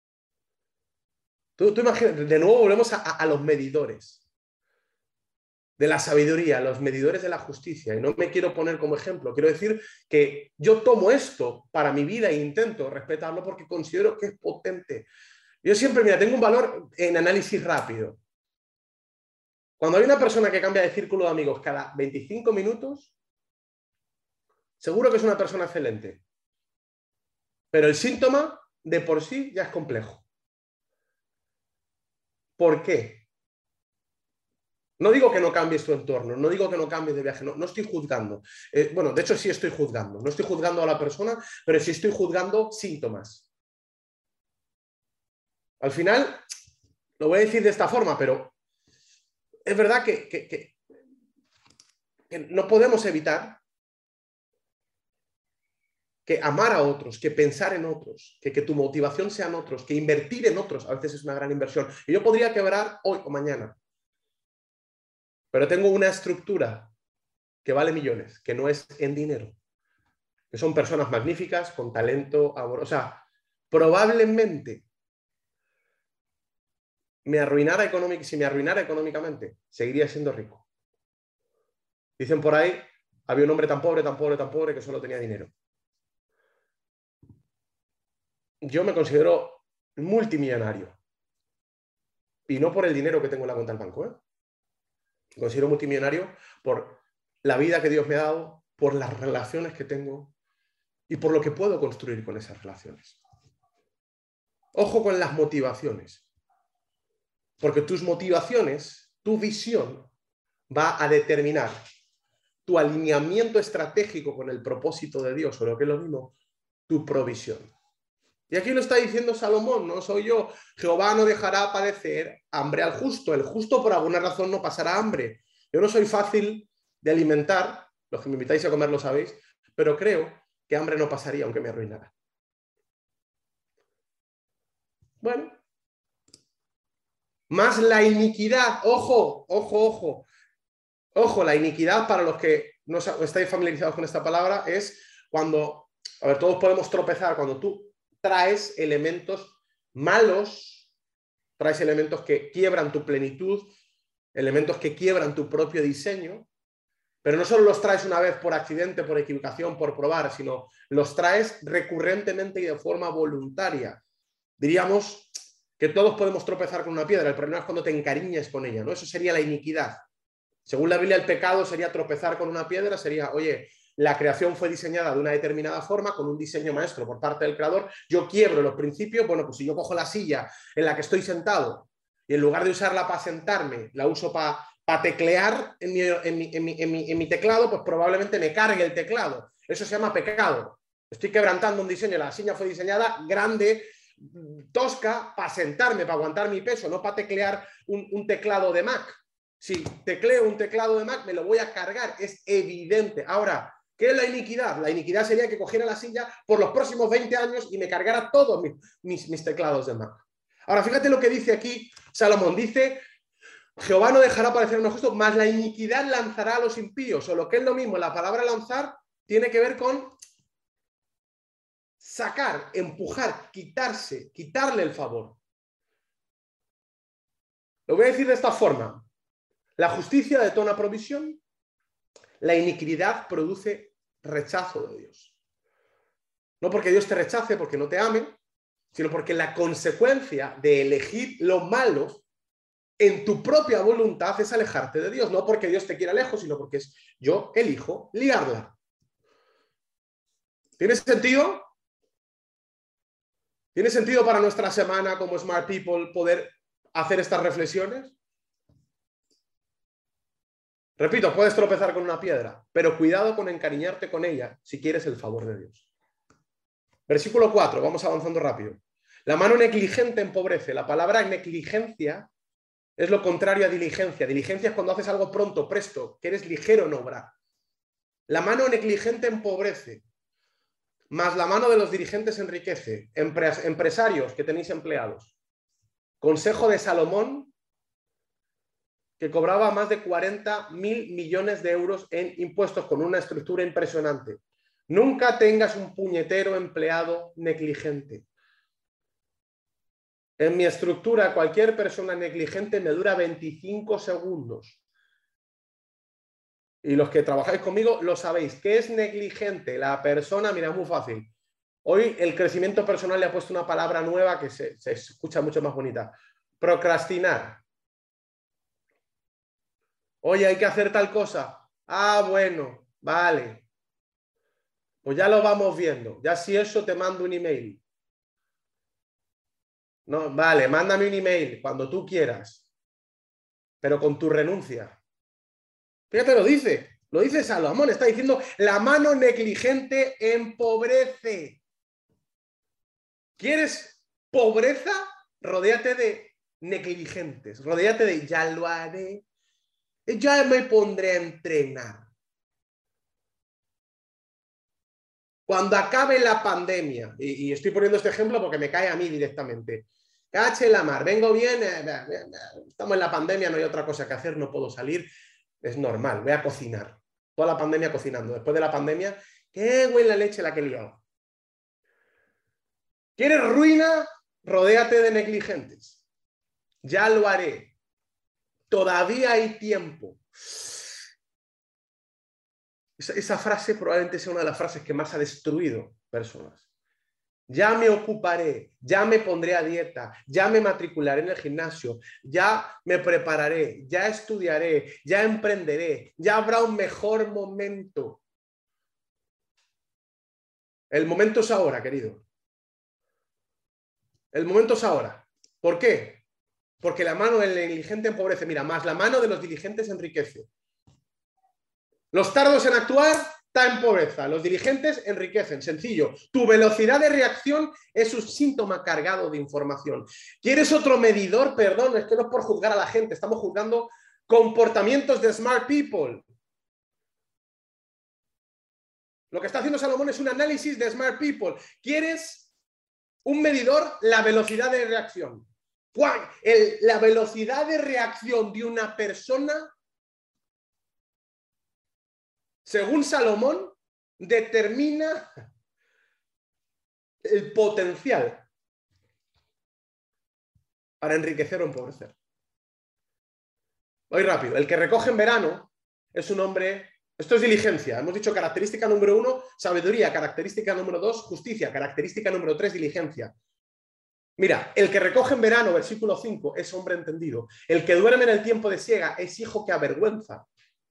Tú imaginas, de nuevo volvemos a los medidores. de la sabiduría, los medidores de la justicia. Y no me quiero poner como ejemplo, quiero decir que yo tomo esto para mi vida e intento respetarlo porque considero que es potente. Yo siempre, mira, tengo un valor en análisis rápido. Cuando hay una persona que cambia de círculo de amigos cada 25 minutos, seguro que es una persona excelente. Pero el síntoma de por sí ya es complejo. ¿Por qué? No digo que no cambies tu entorno, no digo que no cambies de viaje, no estoy juzgando. Bueno, de hecho sí estoy juzgando. No estoy juzgando a la persona, pero sí estoy juzgando síntomas. Al final, lo voy a decir de esta forma, pero es verdad que no podemos evitar que amar a otros, que pensar en otros, que tu motivación sea en otros, que invertir en otros a veces es una gran inversión. Y yo podría quebrar hoy o mañana, pero tengo una estructura que vale millones, que no es en dinero, que son personas magníficas, con talento, amor. O sea, probablemente si me arruinara económicamente, seguiría siendo rico. Dicen por ahí, había un hombre tan pobre, tan pobre, tan pobre, que solo tenía dinero. Yo me considero multimillonario. Y no por el dinero que tengo en la cuenta del banco, ¿eh? Me considero multimillonario por la vida que Dios me ha dado, por las relaciones que tengo y por lo que puedo construir con esas relaciones. Ojo con las motivaciones. Porque tus motivaciones, tu visión, va a determinar tu alineamiento estratégico con el propósito de Dios, o lo que es lo mismo, tu provisión. Y aquí lo está diciendo Salomón, no soy yo. Jehová no dejará padecer hambre al justo. El justo por alguna razón no pasará hambre. Yo no soy fácil de alimentar, los que me invitáis a comer lo sabéis, pero creo que hambre no pasaría aunque me arruinara. Bueno. Más la iniquidad, ojo, ojo, ojo. Ojo, la iniquidad, para los que no estáis familiarizados con esta palabra, es cuando, a ver, todos podemos tropezar cuando tú traes elementos malos, traes elementos que quiebran tu plenitud, elementos que quiebran tu propio diseño, pero no solo los traes una vez por accidente, por equivocación, por probar, sino los traes recurrentemente y de forma voluntaria. Diríamos que todos podemos tropezar con una piedra, el problema es cuando te encariñes con ella, ¿no? Eso sería la iniquidad. Según la Biblia, el pecado sería tropezar con una piedra, sería, oye, la creación fue diseñada de una determinada forma, con un diseño maestro por parte del creador, yo quiebro los principios, bueno, pues si yo cojo la silla en la que estoy sentado y en lugar de usarla para sentarme, la uso para teclear en mi teclado, pues probablemente me cargue el teclado. Eso se llama pecado. Estoy quebrantando un diseño, la silla fue diseñada grande, tosca, para sentarme, para aguantar mi peso, no para teclear un teclado de Mac. Si tecleo un teclado de Mac, me lo voy a cargar, es evidente. Ahora, ¿qué es la iniquidad? La iniquidad sería que cogiera la silla por los próximos 20 años y me cargara todos mis teclados de Mac. Ahora, fíjate lo que dice aquí Salomón. Dice, Jehová no dejará padecer a un justo, mas la iniquidad lanzará a los impíos. O lo que es lo mismo, la palabra lanzar tiene que ver con sacar, empujar, quitarle el favor. Lo voy a decir de esta forma. La justicia detona provisión, la iniquidad produce rechazo de Dios. No porque Dios te rechace, porque no te ame, sino porque la consecuencia de elegir lo malo en tu propia voluntad es alejarte de Dios. No porque Dios te quiera lejos, sino porque yo elijo liarla. ¿Tiene sentido? ¿Tiene sentido para nuestra semana como Smart People poder hacer estas reflexiones? Repito, puedes tropezar con una piedra, pero cuidado con encariñarte con ella si quieres el favor de Dios. Versículo 4, vamos avanzando rápido. La mano negligente empobrece. La palabra negligencia es lo contrario a diligencia. Diligencia es cuando haces algo pronto, presto, que eres ligero en obra. La mano negligente empobrece, más la mano de los dirigentes enriquece. Empresarios que tenéis empleados. Consejo de Salomón, que cobraba más de 40.000 millones de euros en impuestos con una estructura impresionante. Nunca tengas un puñetero empleado negligente. En mi estructura, cualquier persona negligente me dura 25 segundos. y los que trabajáis conmigo lo sabéis. ¿Qué es negligente? La persona, mira, es muy fácil. Hoy el crecimiento personal le ha puesto una palabra nueva que se escucha mucho más bonita. Procrastinar. Oye, hay que hacer tal cosa. Ah, bueno, vale. Pues ya lo vamos viendo. Ya si eso te mando un email. No, vale, mándame un email cuando tú quieras, pero con tu renuncia. Fíjate, lo dice Salomón, está diciendo, la mano negligente empobrece. ¿Quieres pobreza? Rodéate de negligentes, rodéate de ya lo haré, ya me pondré a entrenar. Cuando acabe la pandemia, y estoy poniendo este ejemplo porque me cae a mí directamente, cache la mar, vengo bien, estamos en la pandemia, no hay otra cosa que hacer, no puedo salir, es normal, voy a cocinar. Toda la pandemia cocinando. Después de la pandemia, qué buena leche la que he liado. ¿Quieres ruina? Rodéate de negligentes. Ya lo haré. Todavía hay tiempo. Esa frase probablemente sea una de las frases que más ha destruido personas. Ya me ocuparé, ya me pondré a dieta, ya me matricularé en el gimnasio, ya me prepararé, ya estudiaré, ya emprenderé, ya habrá un mejor momento. El momento es ahora, querido. El momento es ahora. ¿Por qué? Porque la mano del negligente empobrece. Mira, más la mano de los diligentes enriquece. Los tardos en actuar está en pobreza. Los diligentes enriquecen. Sencillo. Tu velocidad de reacción es un síntoma cargado de información. ¿Quieres otro medidor? Perdón, es que no es por juzgar a la gente. Estamos juzgando comportamientos de smart people. Lo que está haciendo Salomón es un análisis de smart people. ¿Quieres un medidor? La velocidad de reacción. La velocidad de reacción de una persona, según Salomón, determina el potencial para enriquecer o empobrecer. Voy rápido. El que recoge en verano es un hombre. Esto es diligencia. Hemos dicho característica número 1, sabiduría. Característica número 2, justicia. Característica número 3, diligencia. Mira, el que recoge en verano, versículo 5, es hombre entendido. El que duerme en el tiempo de siega es hijo que avergüenza.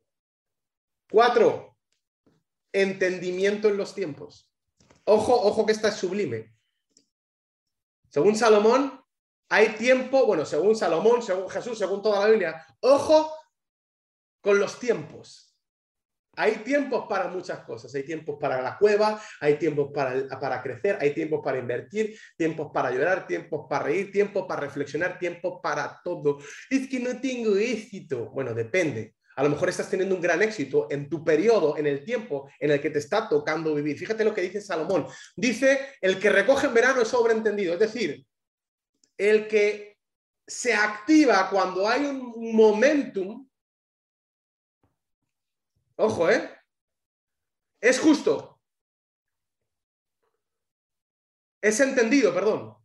4, entendimiento en los tiempos. Ojo, ojo que esta es sublime. Según Salomón, hay tiempo, bueno, según Salomón, según Jesús, según toda la Biblia, ojo con los tiempos. Hay tiempos para muchas cosas. Hay tiempos para la cueva, hay tiempos para crecer, hay tiempos para invertir, tiempos para llorar, tiempos para reír, tiempos para reflexionar, tiempos para todo. Es que no tengo éxito. Bueno, depende. A lo mejor estás teniendo un gran éxito en tu periodo, en el tiempo en el que te está tocando vivir. Fíjate lo que dice Salomón. Dice, el que recoge en verano es sobreentendido. Es decir, el que se activa cuando hay un momentum. Ojo, es justo. Es entendido, perdón.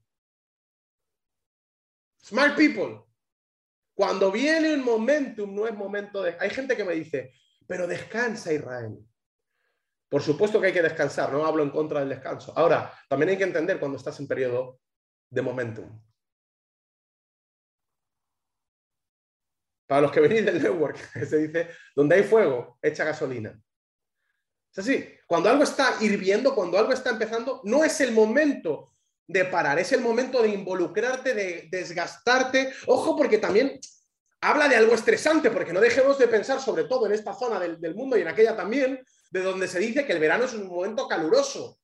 Smart people. Cuando viene un momentum, no es momento de... Hay gente que me dice, pero descansa, Israel. Por supuesto que hay que descansar, no hablo en contra del descanso. Ahora, también hay que entender cuando estás en periodo de momentum. Para los que venís del network, se dice, donde hay fuego, echa gasolina. Es así, cuando algo está hirviendo, cuando algo está empezando, no es el momento de parar, es el momento de involucrarte, de desgastarte. Ojo, porque también habla de algo estresante, porque no dejemos de pensar, sobre todo en esta zona del mundo y en aquella también, de donde se dice que el verano es un momento caluroso.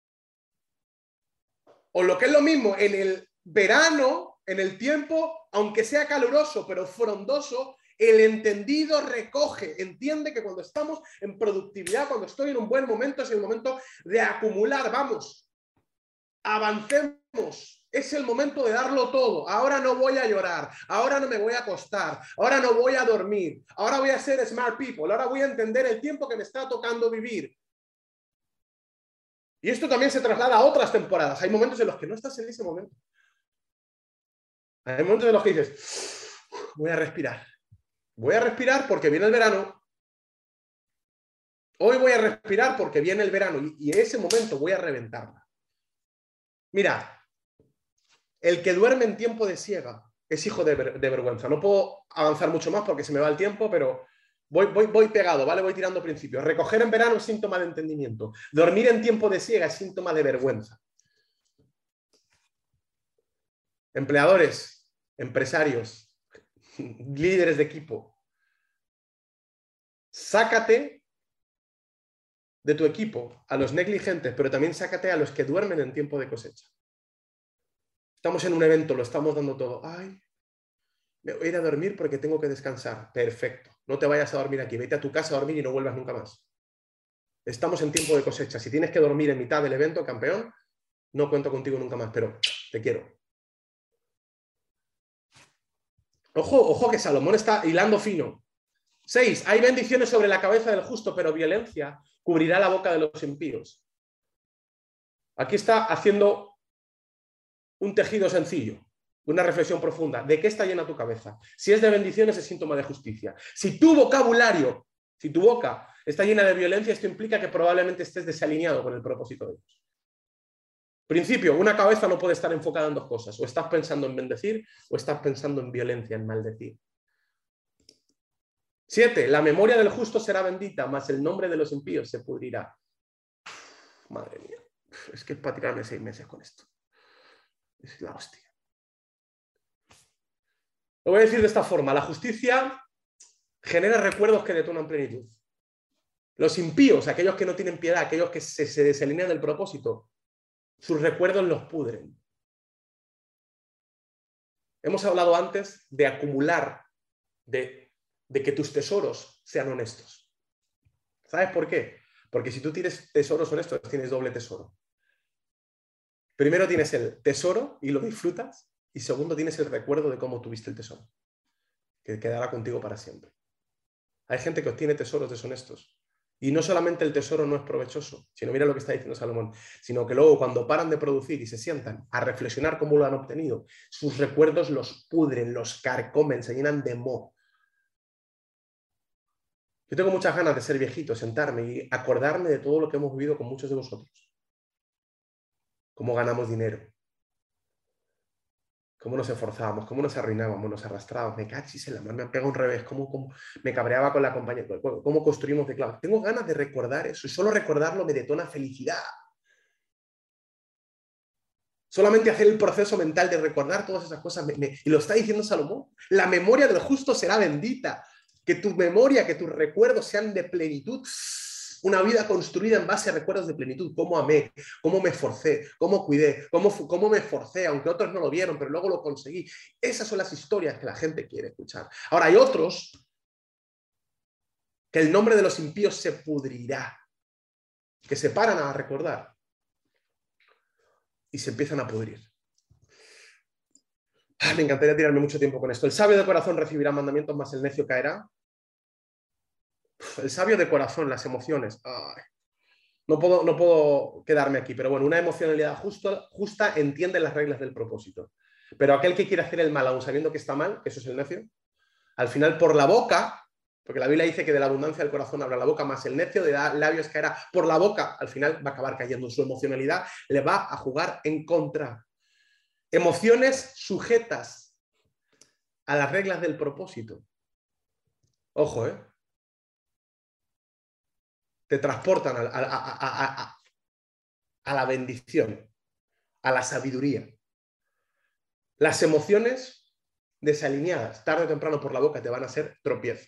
O lo que es lo mismo, en el verano, en el tiempo, aunque sea caluroso, pero frondoso, el entendido recoge, entiende que cuando estamos en productividad, cuando estoy en un buen momento, es el momento de acumular, vamos, avancemos, es el momento de darlo todo. Ahora no voy a llorar, ahora no me voy a acostar, ahora no voy a dormir, ahora voy a ser smart people, ahora voy a entender el tiempo que me está tocando vivir. Y esto también se traslada a otras temporadas. Hay momentos en los que no estás en ese momento. Hay momentos en los que dices, voy a respirar. Voy a respirar porque viene el verano Hoy voy a respirar porque viene el verano y en ese momento voy a reventarla. Mira, el que duerme en tiempo de siega es hijo de vergüenza. No puedo avanzar mucho más porque se me va el tiempo, pero voy pegado, ¿vale? Voy tirando principios. Recoger en verano es síntoma de entendimiento. Dormir en tiempo de siega es síntoma de vergüenza. Empleadores, empresarios, líderes de equipo, sácate de tu equipo a los negligentes, pero también sácate a los que duermen en tiempo de cosecha. Estamos en un evento, lo estamos dando todo. Ay, me voy a ir a dormir porque tengo que descansar. Perfecto. No te vayas a dormir aquí. Vete a tu casa a dormir y no vuelvas nunca más. Estamos en tiempo de cosecha. Si tienes que dormir en mitad del evento, campeón, no cuento contigo nunca más, pero te quiero. Ojo que Salomón está hilando fino. 6. Hay bendiciones sobre la cabeza del justo, pero violencia cubrirá la boca de los impíos. Aquí está haciendo un tejido sencillo, una reflexión profunda. ¿De qué está llena tu cabeza? Si es de bendiciones, es síntoma de justicia. Si tu vocabulario, si tu boca está llena de violencia, esto implica que probablemente estés desalineado con el propósito de Dios. Principio, una cabeza no puede estar enfocada en dos cosas. O estás pensando en bendecir o estás pensando en violencia, en maldecir. 7. La memoria del justo será bendita, mas el nombre de los impíos se pudrirá. Madre mía. Es que es para tirarme 6 meses con esto. Es la hostia. Lo voy a decir de esta forma. La justicia genera recuerdos que detonan plenitud. Los impíos, aquellos que no tienen piedad, aquellos que se desalinean del propósito, sus recuerdos los pudren. Hemos hablado antes de acumular, de que tus tesoros sean honestos. ¿Sabes por qué? Porque si tú tienes tesoros honestos, tienes doble tesoro. Primero tienes el tesoro y lo disfrutas, y segundo tienes el recuerdo de cómo tuviste el tesoro, que quedará contigo para siempre. Hay gente que obtiene tesoros deshonestos, y no solamente el tesoro no es provechoso, sino mira lo que está diciendo Salomón, sino que luego cuando paran de producir y se sientan a reflexionar cómo lo han obtenido, sus recuerdos los pudren, los carcomen, se llenan de moho. Yo tengo muchas ganas de ser viejito, sentarme y acordarme de todo lo que hemos vivido con muchos de vosotros. Cómo ganamos dinero, cómo nos esforzábamos, cómo nos arruinábamos, nos arrastrábamos, me cachis en la mano, me han pegado un revés, cómo me cabreaba con la compañía, cómo construimos de clave. Tengo ganas de recordar eso y solo recordarlo me detona felicidad. Solamente hacer el proceso mental de recordar todas esas cosas, y lo está diciendo Salomón, la memoria del justo será bendita. Que tu memoria, que tus recuerdos sean de plenitud, una vida construida en base a recuerdos de plenitud, cómo amé, cómo me esforcé, cómo cuidé, cómo me esforcé, aunque otros no lo vieron, pero luego lo conseguí. Esas son las historias que la gente quiere escuchar. Ahora hay otros que el nombre de los impíos se pudrirá, que se paran a recordar y se empiezan a pudrir. Me encantaría tirarme mucho tiempo con esto. El sabio de corazón recibirá mandamientos, mas el necio caerá. El sabio de corazón, las emociones. No puedo quedarme aquí, pero bueno, una emocionalidad justa entiende las reglas del propósito. Pero aquel que quiere hacer el mal aún sabiendo que está mal, que eso es el necio, al final por la boca, porque la Biblia dice que de la abundancia del corazón habla la boca, más el necio de labios caerá por la boca, al final va a acabar cayendo. Su emocionalidad le va a jugar en contra. Emociones sujetas a las reglas del propósito. Ojo, te transportan a la bendición, a la sabiduría. Las emociones desalineadas, tarde o temprano por la boca, te van a hacer tropiezo.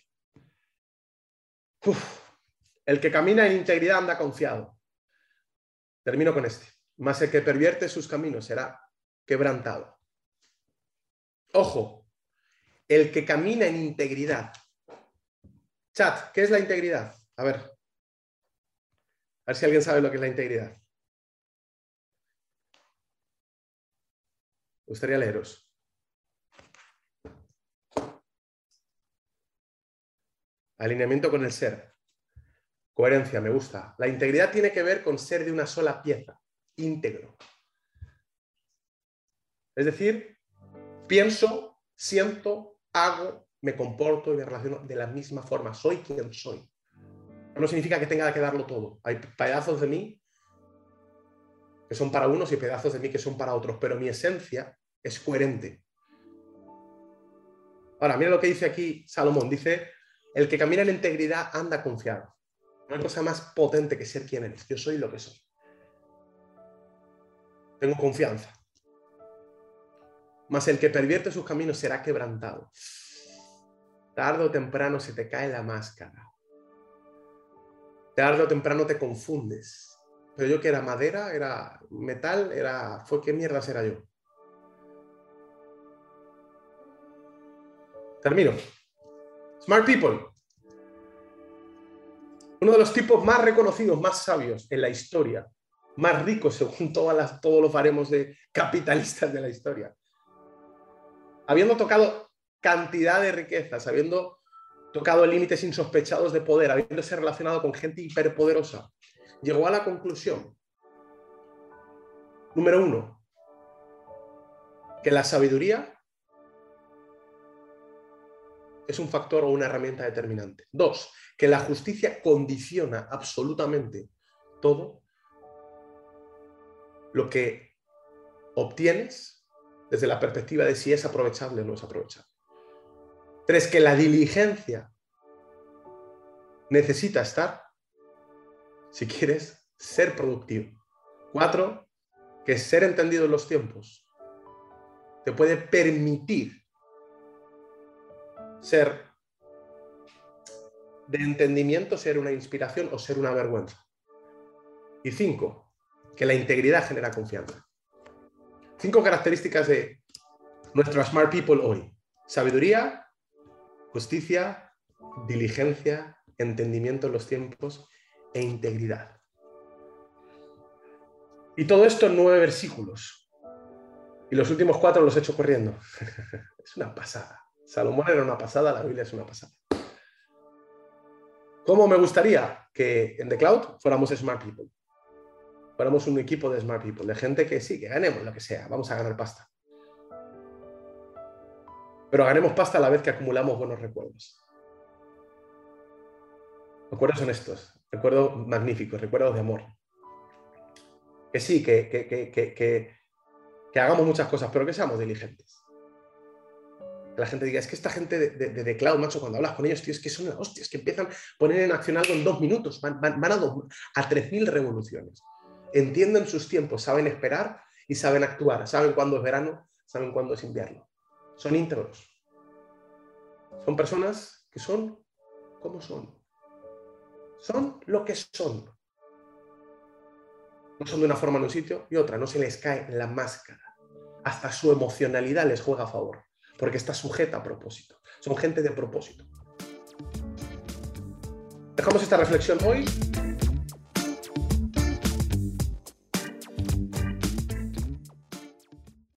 El que camina en integridad anda confiado. Termino con este. Mas el que pervierte sus caminos será quebrantado. Ojo, el que camina en integridad. Chat, ¿qué es la integridad? A ver si alguien sabe lo que es la integridad. Me gustaría leeros. Alineamiento con el ser. Coherencia, me gusta. La integridad tiene que ver con ser de una sola pieza, íntegro. Es decir, pienso, siento, hago, me comporto y me relaciono de la misma forma. Soy quien soy. No significa que tenga que darlo todo. Hay pedazos de mí que son para unos y pedazos de mí que son para otros, pero mi esencia es coherente. Ahora, mira lo que dice aquí Salomón. Dice, el que camina en integridad anda confiado. No hay cosa más potente que ser quien eres. Yo soy lo que soy. Tengo confianza. Mas el que pervierte sus caminos será quebrantado. Tarde o temprano se te cae la máscara. Tarde o temprano te confundes. Pero yo que era madera, era metal, ¿qué mierdas era yo? Termino. Smart people. Uno de los tipos más reconocidos, más sabios en la historia, más ricos según todos los baremos de capitalistas de la historia. Habiendo tocado cantidad de riquezas, habiendo tocado límites insospechados de poder, habiéndose relacionado con gente hiperpoderosa, llegó a la conclusión, número 1, que la sabiduría es un factor o una herramienta determinante. 2, que la justicia condiciona absolutamente todo lo que obtienes desde la perspectiva de si es aprovechable o no es aprovechable. 3, que la diligencia necesita estar si quieres ser productivo. 4, que ser entendido en los tiempos te puede permitir ser de entendimiento, ser una inspiración o ser una vergüenza. Y 5, que la integridad genera confianza. 5 características de nuestros smart people hoy. Sabiduría, justicia, diligencia, entendimiento en los tiempos e integridad. Y todo esto en 9 versículos. Y los últimos 4 los he hecho corriendo. Es una pasada. Salomón era una pasada, la Biblia es una pasada. ¿Cómo me gustaría que en The Cloud fuéramos smart people? Fuéramos un equipo de smart people, de gente que sí, que ganemos lo que sea, vamos a ganar pasta. Pero ganemos pasta a la vez que acumulamos buenos recuerdos. Recuerdos honestos, recuerdos magníficos, recuerdos de amor. Que sí, que hagamos muchas cosas, pero que seamos diligentes. Que la gente diga, es que esta gente de The Cloud, macho, cuando hablas con ellos, tío, es que son las hostias, que empiezan a poner en acción algo en 2 minutos, van a 3000 revoluciones. Entienden sus tiempos, saben esperar y saben actuar, saben cuándo es verano, saben cuándo es invierno. Son íntegros. Son personas que son como son. Son lo que son. No son de una forma en un sitio y otra, no se les cae la máscara. Hasta su emocionalidad les juega a favor, porque está sujeta a propósito. Son gente de propósito. Dejamos esta reflexión hoy.